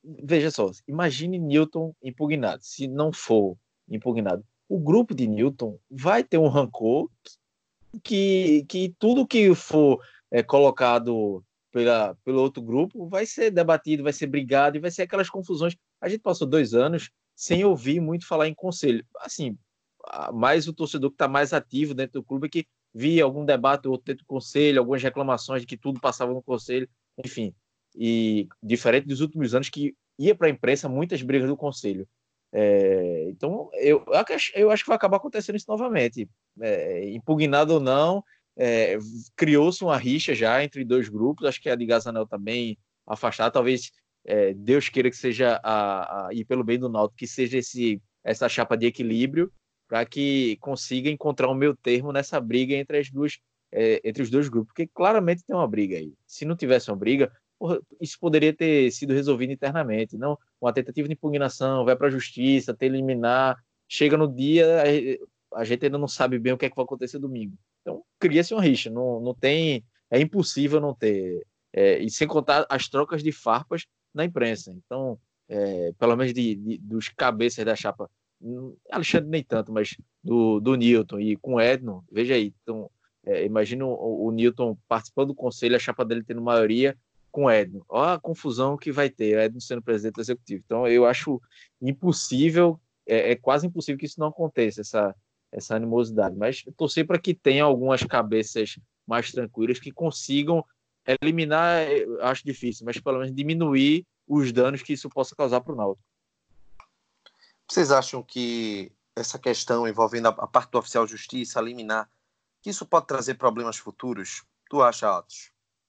veja só, imagine Newton impugnado. Se não for impugnado, o grupo de Newton vai ter um rancor que, que tudo que for é, colocado pela, pelo outro grupo vai ser debatido, vai ser brigado e vai ser aquelas confusões. A gente passou dois anos sem ouvir muito falar em conselho. Assim, mais o torcedor que está mais ativo dentro do clube é que via algum debate ou dentro do conselho, algumas reclamações de que tudo passava no conselho, enfim. E diferente dos últimos anos que ia para a imprensa muitas brigas do conselho. É, então, eu, eu acho que vai acabar acontecendo isso novamente. É, impugnado ou não, é, criou-se uma rixa já entre dois grupos. Acho que a de Gazanel também afastada. Talvez é, Deus queira que seja, a, a, e pelo bem do Náutico, que seja esse, essa chapa de equilíbrio para que consiga encontrar um meio termo nessa briga entre, as duas, é, entre os dois grupos. Porque claramente tem uma briga aí. Se não tivesse uma briga, isso poderia ter sido resolvido internamente, não uma tentativa de impugnação, vai para a justiça, até eliminar, chega no dia, a gente ainda não sabe bem o que é que vai acontecer domingo. Então, cria-se uma rixa, não, não tem, é impossível não ter, é, e sem contar as trocas de farpas na imprensa. Então, é, pelo menos de, de, dos cabeças da chapa, Alexandre nem tanto, mas do, do Newton e com o Edno, veja aí, então, é, imagina o, o Newton participando do conselho, a chapa dele tendo maioria, com o Edno. Olha a confusão que vai ter, o Edno sendo presidente do executivo. Então, eu acho impossível, é, é quase impossível que isso não aconteça, essa, essa animosidade. Mas torcer para que tenha algumas cabeças mais tranquilas que consigam eliminar, eu acho difícil, mas pelo menos diminuir os danos que isso possa causar para o Náutico. Vocês acham que essa questão envolvendo a, a parte do oficial de justiça, liminar, que isso pode trazer problemas futuros? Tu acha, Atos?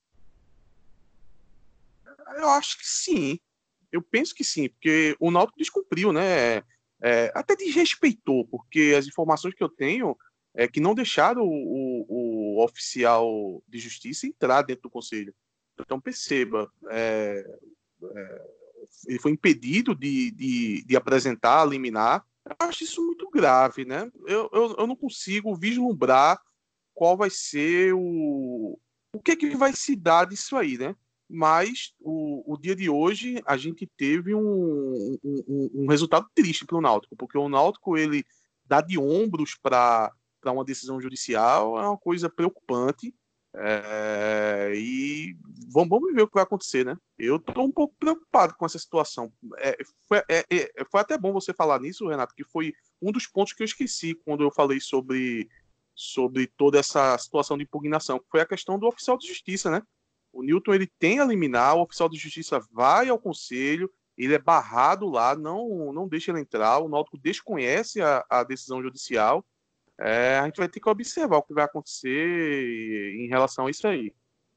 Eu acho que sim. Eu penso que sim, porque o Náutico descumpriu, né? É, até desrespeitou, porque as informações que eu tenho é que não deixaram o, o, o oficial de justiça entrar dentro do conselho. Então, perceba, é, é, ele foi impedido de, de, de apresentar a liminar. Eu acho isso muito grave, né? Eu, eu, eu não consigo vislumbrar qual vai ser o... O que é que vai se dar disso aí, né? Mas o, o dia de hoje a gente teve um, um, um resultado triste para o Náutico, porque o Náutico ele dá de ombros para uma decisão judicial, é uma coisa preocupante, é, e vamos, vamos ver o que vai acontecer, né? Eu estou um pouco preocupado com essa situação. É, foi, é, é, foi até bom você falar nisso, Renato, que foi um dos pontos que eu esqueci quando eu falei sobre, sobre toda essa situação de impugnação, que foi a questão do oficial de justiça, né? O Newton ele tem a liminar, o oficial de justiça vai ao conselho, ele é barrado lá, não, não deixa ele entrar, o Náutico desconhece a, a decisão judicial. É, a gente vai ter que observar o que vai acontecer em relação a isso aí.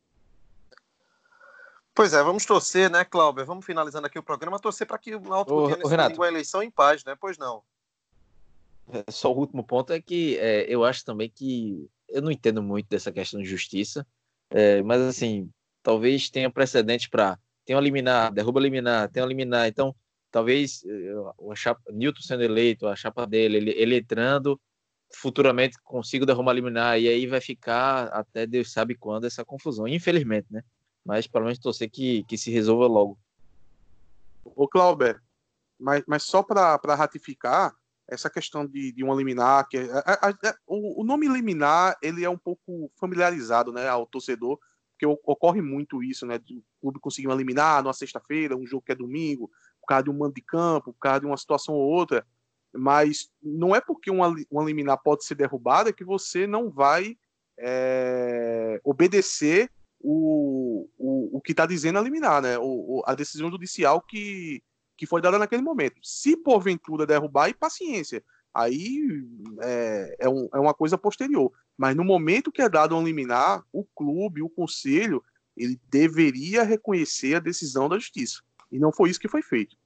Pois é, vamos torcer, né, Cláudio? Vamos finalizando aqui o programa, torcer para que o Náutico tenha nesse domingo a eleição em paz, né? Pois não. É, só o último ponto é que é, eu acho também que eu não entendo muito dessa questão de justiça, é, mas assim, talvez tenha precedente para tem um liminar, derruba liminar, tem um liminar, então talvez o chapa, Newton sendo eleito, a chapa dele, ele, ele entrando, futuramente consiga derrubar liminar, e aí vai ficar até Deus sabe quando essa confusão, infelizmente, né? Mas pelo menos torcer que, que se resolva logo. Ô Cláudio, mas, mas só para ratificar essa questão de, de uma liminar, que é, a, a, o, o nome liminar ele é um pouco familiarizado, né, ao torcedor, porque ocorre muito isso, né? O clube conseguir eliminar numa sexta-feira, um jogo que é domingo, por causa de um mando de campo, por causa de uma situação ou outra, mas não é porque uma, uma liminar pode ser derrubada que você não vai é, obedecer o, o, o que está dizendo a liminar, né? O, o, a decisão judicial que, que foi dada naquele momento. Se porventura derrubar, e paciência, aí é, é, um, é uma coisa posterior. Mas no momento que é dado um liminar, o clube, o conselho, ele deveria reconhecer a decisão da justiça. E não foi isso que foi feito.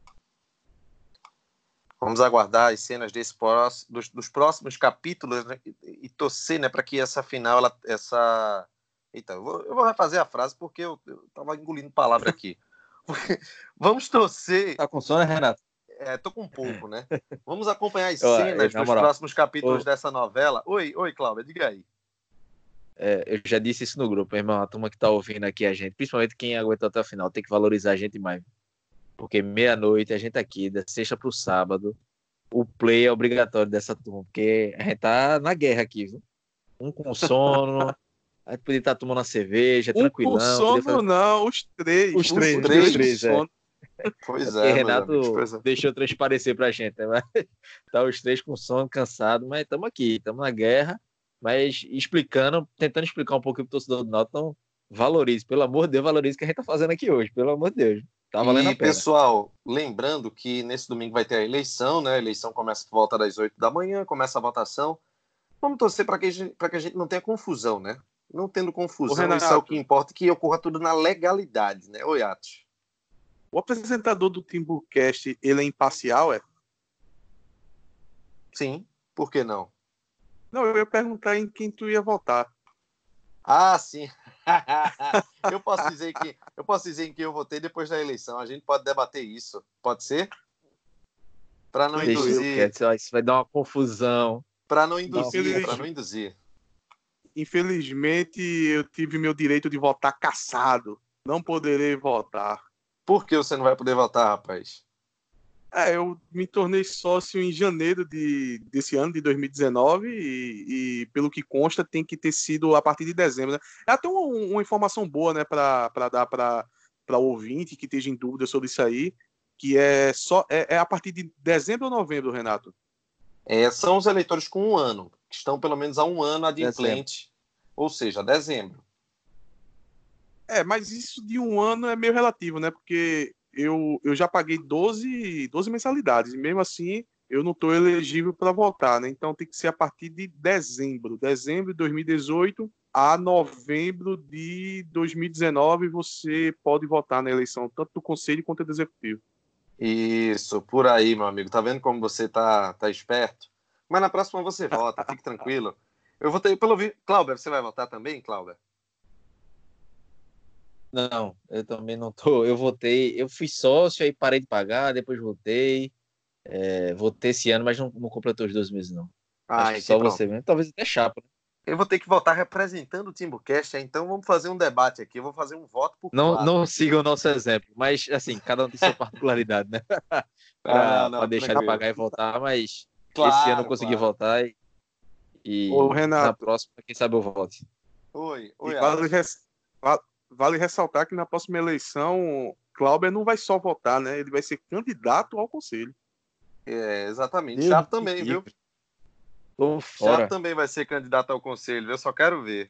Vamos aguardar as cenas desse próximo, dos, dos próximos capítulos, né, e, e torcer, né, para que essa final, ela, essa... Eita, eu vou, eu vou refazer a frase porque eu estava engolindo palavra aqui. Vamos torcer... Tá com sono, Renato? É, tô com um pouco, né? Vamos acompanhar as Ó, cenas eu, dos moral, próximos capítulos ô, dessa novela. Oi, oi, Cláudia, diga aí. É, eu já disse isso no grupo, irmão. A turma que tá ouvindo aqui a gente, principalmente quem aguentou até o final, tem que valorizar a gente mais. porque meia-noite a gente aqui, da sexta pro sábado, o play é obrigatório dessa turma, porque a gente tá na guerra aqui, viu? Um com sono, a gente podia estar tomando uma cerveja, Um tranquilão. com sono, fazer... não, os três. Os três, os três, três, três com é. sono. Pois Porque é, Renato meus amigos, pois é. deixou transparecer pra gente, né? Mas tá os três com sono, cansado, mas estamos aqui, estamos na guerra, mas explicando, tentando explicar um pouquinho pro torcedor do Náutico, então valorize, pelo amor de Deus, valorize o que a gente tá fazendo aqui hoje, pelo amor de Deus. Tá valendo E, a pena. pessoal, lembrando que nesse domingo vai ter a eleição, né? A eleição começa por volta das oito da manhã, começa a votação. Vamos torcer para que, a gente- pra que a gente não tenha confusão, né? Não tendo confusão, Ô, Renato. isso é o que importa, que ocorra tudo na legalidade, né? Oi, Atos. O apresentador do Timbucast, ele é imparcial, é? Sim, por que não? Não, eu ia perguntar em quem tu ia votar. Ah, sim. eu posso dizer que eu posso dizer em quem eu votei depois da eleição. A gente pode debater isso. Pode ser? Para não Deixa induzir, quieto, ó, isso vai dar uma confusão. para não induzir, Não, para não induzir. Infelizmente, eu tive meu direito de votar cassado. Não poderei votar. Por que você não vai poder votar, rapaz? É, eu me tornei sócio em janeiro de, desse ano, de dois mil e dezenove, e, e pelo que consta, tem que ter sido a partir de dezembro, né? É até uma, uma informação boa, né, para dar para o ouvinte que esteja em dúvida sobre isso aí, que é, só, é, é a partir de dezembro ou novembro, Renato? É, são os eleitores com um ano, que estão pelo menos há um ano adimplente, ou seja, dezembro. É, mas isso de um ano é meio relativo, né? Porque eu, eu já paguei doze, doze mensalidades, e mesmo assim eu não estou elegível para votar, né? Então tem que ser a partir de dezembro. Dezembro de dois mil e dezoito a novembro de dois mil e dezenove você pode votar na eleição, tanto do Conselho quanto do Executivo. Isso, por aí, meu amigo. Tá vendo como você tá, tá esperto? Mas na próxima você vota, fique tranquilo. Eu votei pelo... vi- Cláudio, você vai votar também, Cláudio? Não, eu também não tô. Eu votei, eu fui sócio, aí parei de pagar, depois votei. É, votei esse ano, mas não, não completou os dois meses, não. Acho que então só pronto. você mesmo. Talvez até chapa, né? Eu vou ter que votar representando o Timbucast, então vamos fazer um debate aqui. Eu vou fazer um voto por Não, quatro. não siga o nosso exemplo, mas assim, cada um tem sua particularidade, né? Pra, Ah, não, pra deixar tranquilo. de pagar e votar, mas Claro, esse ano eu consegui claro. votar e, e Ô, Renato. na próxima, quem sabe eu vote. Oi, oi, E vale, Alex. res- va- vale ressaltar que na próxima eleição, Cláudio não vai só votar, né? Ele vai ser candidato ao Conselho. É, exatamente. Deus Chato me também, livre. viu? Tô Chato fora. também vai ser candidato ao conselho, eu só quero ver.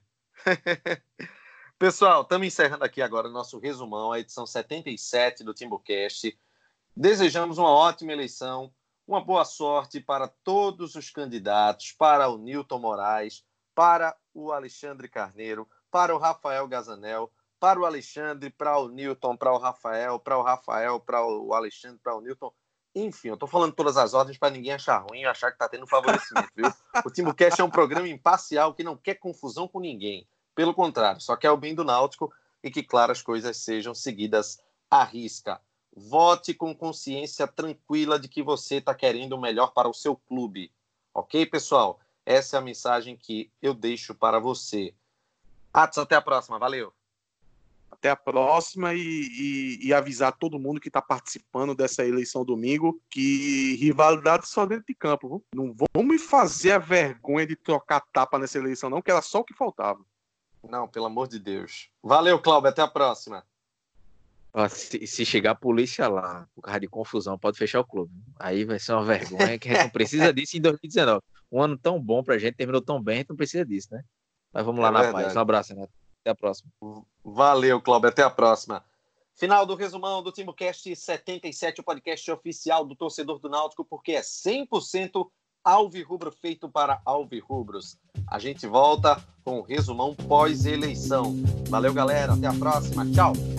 Pessoal, estamos encerrando aqui agora o nosso resumão, a edição setenta e sete do Timbucast. Desejamos uma ótima eleição, uma boa sorte para todos os candidatos, para o Nilton Moraes, para o Alexandre Carneiro, para o Rafael Gazanel, para o Alexandre, para o Nilton, para o Rafael, para o Rafael, para o Alexandre, para o Nilton. Enfim, eu tô falando todas as ordens para ninguém achar ruim e achar que tá tendo favorecimento, viu? O Timbucast é um programa imparcial que não quer confusão com ninguém. Pelo contrário, só quer o bem do Náutico e que, claro, as coisas sejam seguidas à risca. Vote com consciência tranquila de que você está querendo o melhor para o seu clube. Ok, pessoal? Essa é a mensagem que eu deixo para você. Atos, até a próxima. Valeu! Até a próxima e, e- e avisar todo mundo que está participando dessa eleição domingo que rivalidade só dentro de campo. Viu? Não vão me fazer a vergonha de trocar tapa nessa eleição, não, que era só o que faltava. Não, pelo amor de Deus. Valeu, Cláudio. Até a próxima. Ó, se, se chegar a polícia lá, por causa de confusão, pode fechar o clube. Aí vai ser uma vergonha que a gente não precisa disso em dois mil e dezenove. Um ano tão bom pra gente, terminou tão bem, a gente não precisa disso, né? Mas vamos lá É na verdade. paz. Um abraço, Renato. Até a próxima. Valeu, Cláudio. Até a próxima. Final do resumão do Timbucast setenta e sete, o podcast oficial do torcedor do Náutico, porque é cem por cento alvirrubro feito para alvirrubros. A gente volta com o resumão pós-eleição. Valeu, galera. Até a próxima. Tchau.